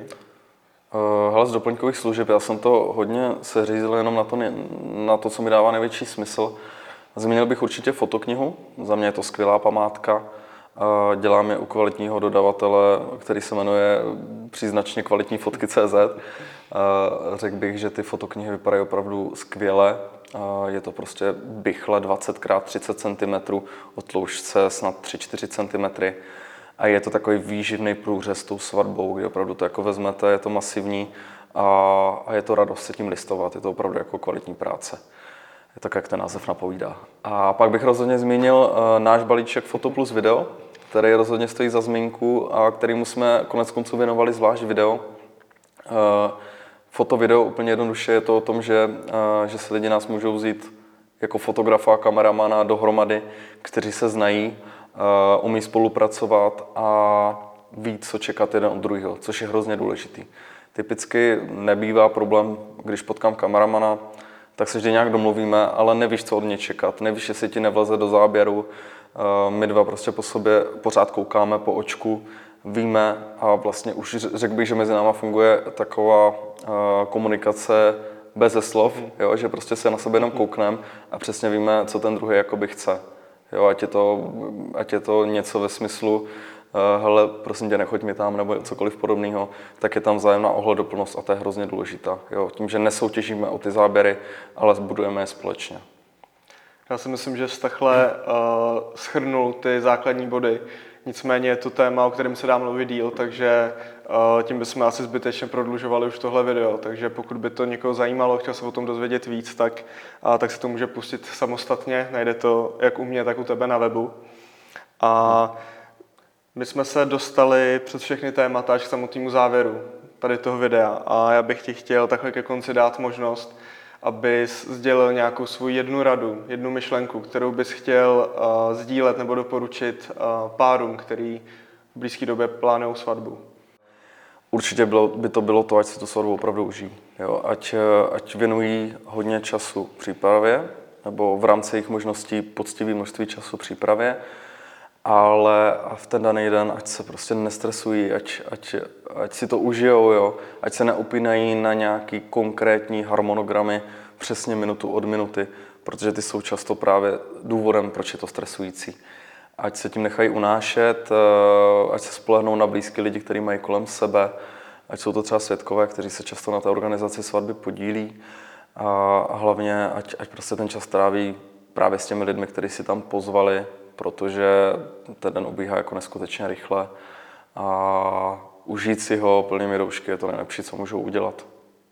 Uh, hele, z doplňkových služeb, já jsem to hodně seřízl jenom na to, na to, co mi dává největší smysl. Zmínil bych určitě fotoknihu, za mě je to skvělá památka. Uh, dělám je u kvalitního dodavatele, který se jmenuje příznačně kvalitní fotky tečka cé zet. Uh, řekl bych, že ty fotoknihy vypadají opravdu skvěle. Je to prostě bychle dvacet krát třicet centimetrů, o tloušťce snad tři čtyři centimetry. A je to takový výživný průřez s tou svatbou, kdy opravdu to jako vezmete, je to masivní a, a je to radost se tím listovat. Je to opravdu jako kvalitní práce. Je tak, jak ten název napovídá. A pak bych rozhodně zmínil uh, náš balíček Foto plus video, který rozhodně stojí za zmínku a kterýmu jsme konec konců věnovali zvlášť video. Uh, Foto, video úplně jednoduše je to o tom, že, že si lidi nás můžou vzít jako fotografa a kameramana dohromady, kteří se znají, umí spolupracovat a ví, co čekat jeden od druhého, což je hrozně důležitý. Typicky nebývá problém, když potkám kameramana, tak se vždy nějak domluvíme, ale nevíš, co od něj čekat, nevíš, jestli ti nevleze do záběru. My dva prostě po sobě pořád koukáme po očku, víme a vlastně už řekl bych, že mezi náma funguje taková uh, komunikace beze slov, jo, že prostě se na sebe jenom koukneme a přesně víme, co ten druhý jakoby chce. Jo, ať je to, ať je to něco ve smyslu, uh, hele, prosím tě, nechoď mi tam, nebo cokoliv podobného, tak je tam vzájemná ohleduplnost a to je hrozně důležitá. Jo, tím, že nesoutěžíme o ty záběry, ale budujeme je společně.
Já si myslím, že jsi takhle uh, shrnul ty základní body. Nicméně je to téma, o kterém se dá mluvit díl, takže uh, tím bychom asi zbytečně prodlužovali už tohle video. Takže pokud by to někoho zajímalo, chtěl se o tom dozvědět víc, tak, uh, tak se to může pustit samostatně. Najde to jak u mě, tak u tebe na webu. A my jsme se dostali přes všechny témata až k samotnému závěru tady toho videa. A já bych ti chtěl takhle ke konci dát možnost, abys sdělil nějakou svou jednu radu, jednu myšlenku, kterou bys chtěl uh, sdílet nebo doporučit uh, párům, který v blízké době plánují svatbu.
Určitě bylo, by to bylo to, ať si tu svatbu opravdu užijí. Jo? Ať, ať věnují hodně času přípravě, nebo v rámci jejich možností poctivé množství času přípravě, ale v ten daný den, ať se prostě nestresují, ať, ať, ať si to užijou, jo? Ať se neupínají na nějaký konkrétní harmonogramy přesně minutu od minuty, protože ty jsou často právě důvodem, proč je to stresující. Ať se tím nechají unášet, ať se spolehnou na blízké lidi, kteří mají kolem sebe, ať jsou to třeba svědkové, kteří se často na té organizaci svatby podílí a hlavně, ať, ať prostě ten čas tráví právě s těmi lidmi, kteří si tam pozvali, protože ten den ubíhá jako neskutečně rychle a užít si ho plnými roušky je to nejlepší, co můžou udělat.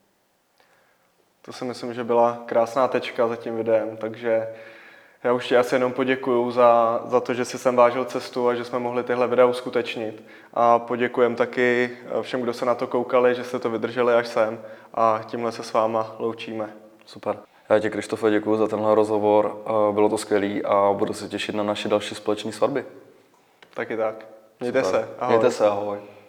To si myslím, že byla krásná tečka za tím videem, takže já už ti asi jenom poděkuju za, za to, že jsi sem vážil cestu a že jsme mohli tyhle videa uskutečnit. A poděkujem taky všem, kdo se na to koukali, že jste to vydrželi až sem a tímhle se s váma loučíme.
Super. Já ti, Krištofe, děkuji za tenhle rozhovor, bylo to skvělý a budu se těšit na naše další společné svatby.
Taky tak. Mějte
Super.
se. Ahoj.
Mějte se, ahoj.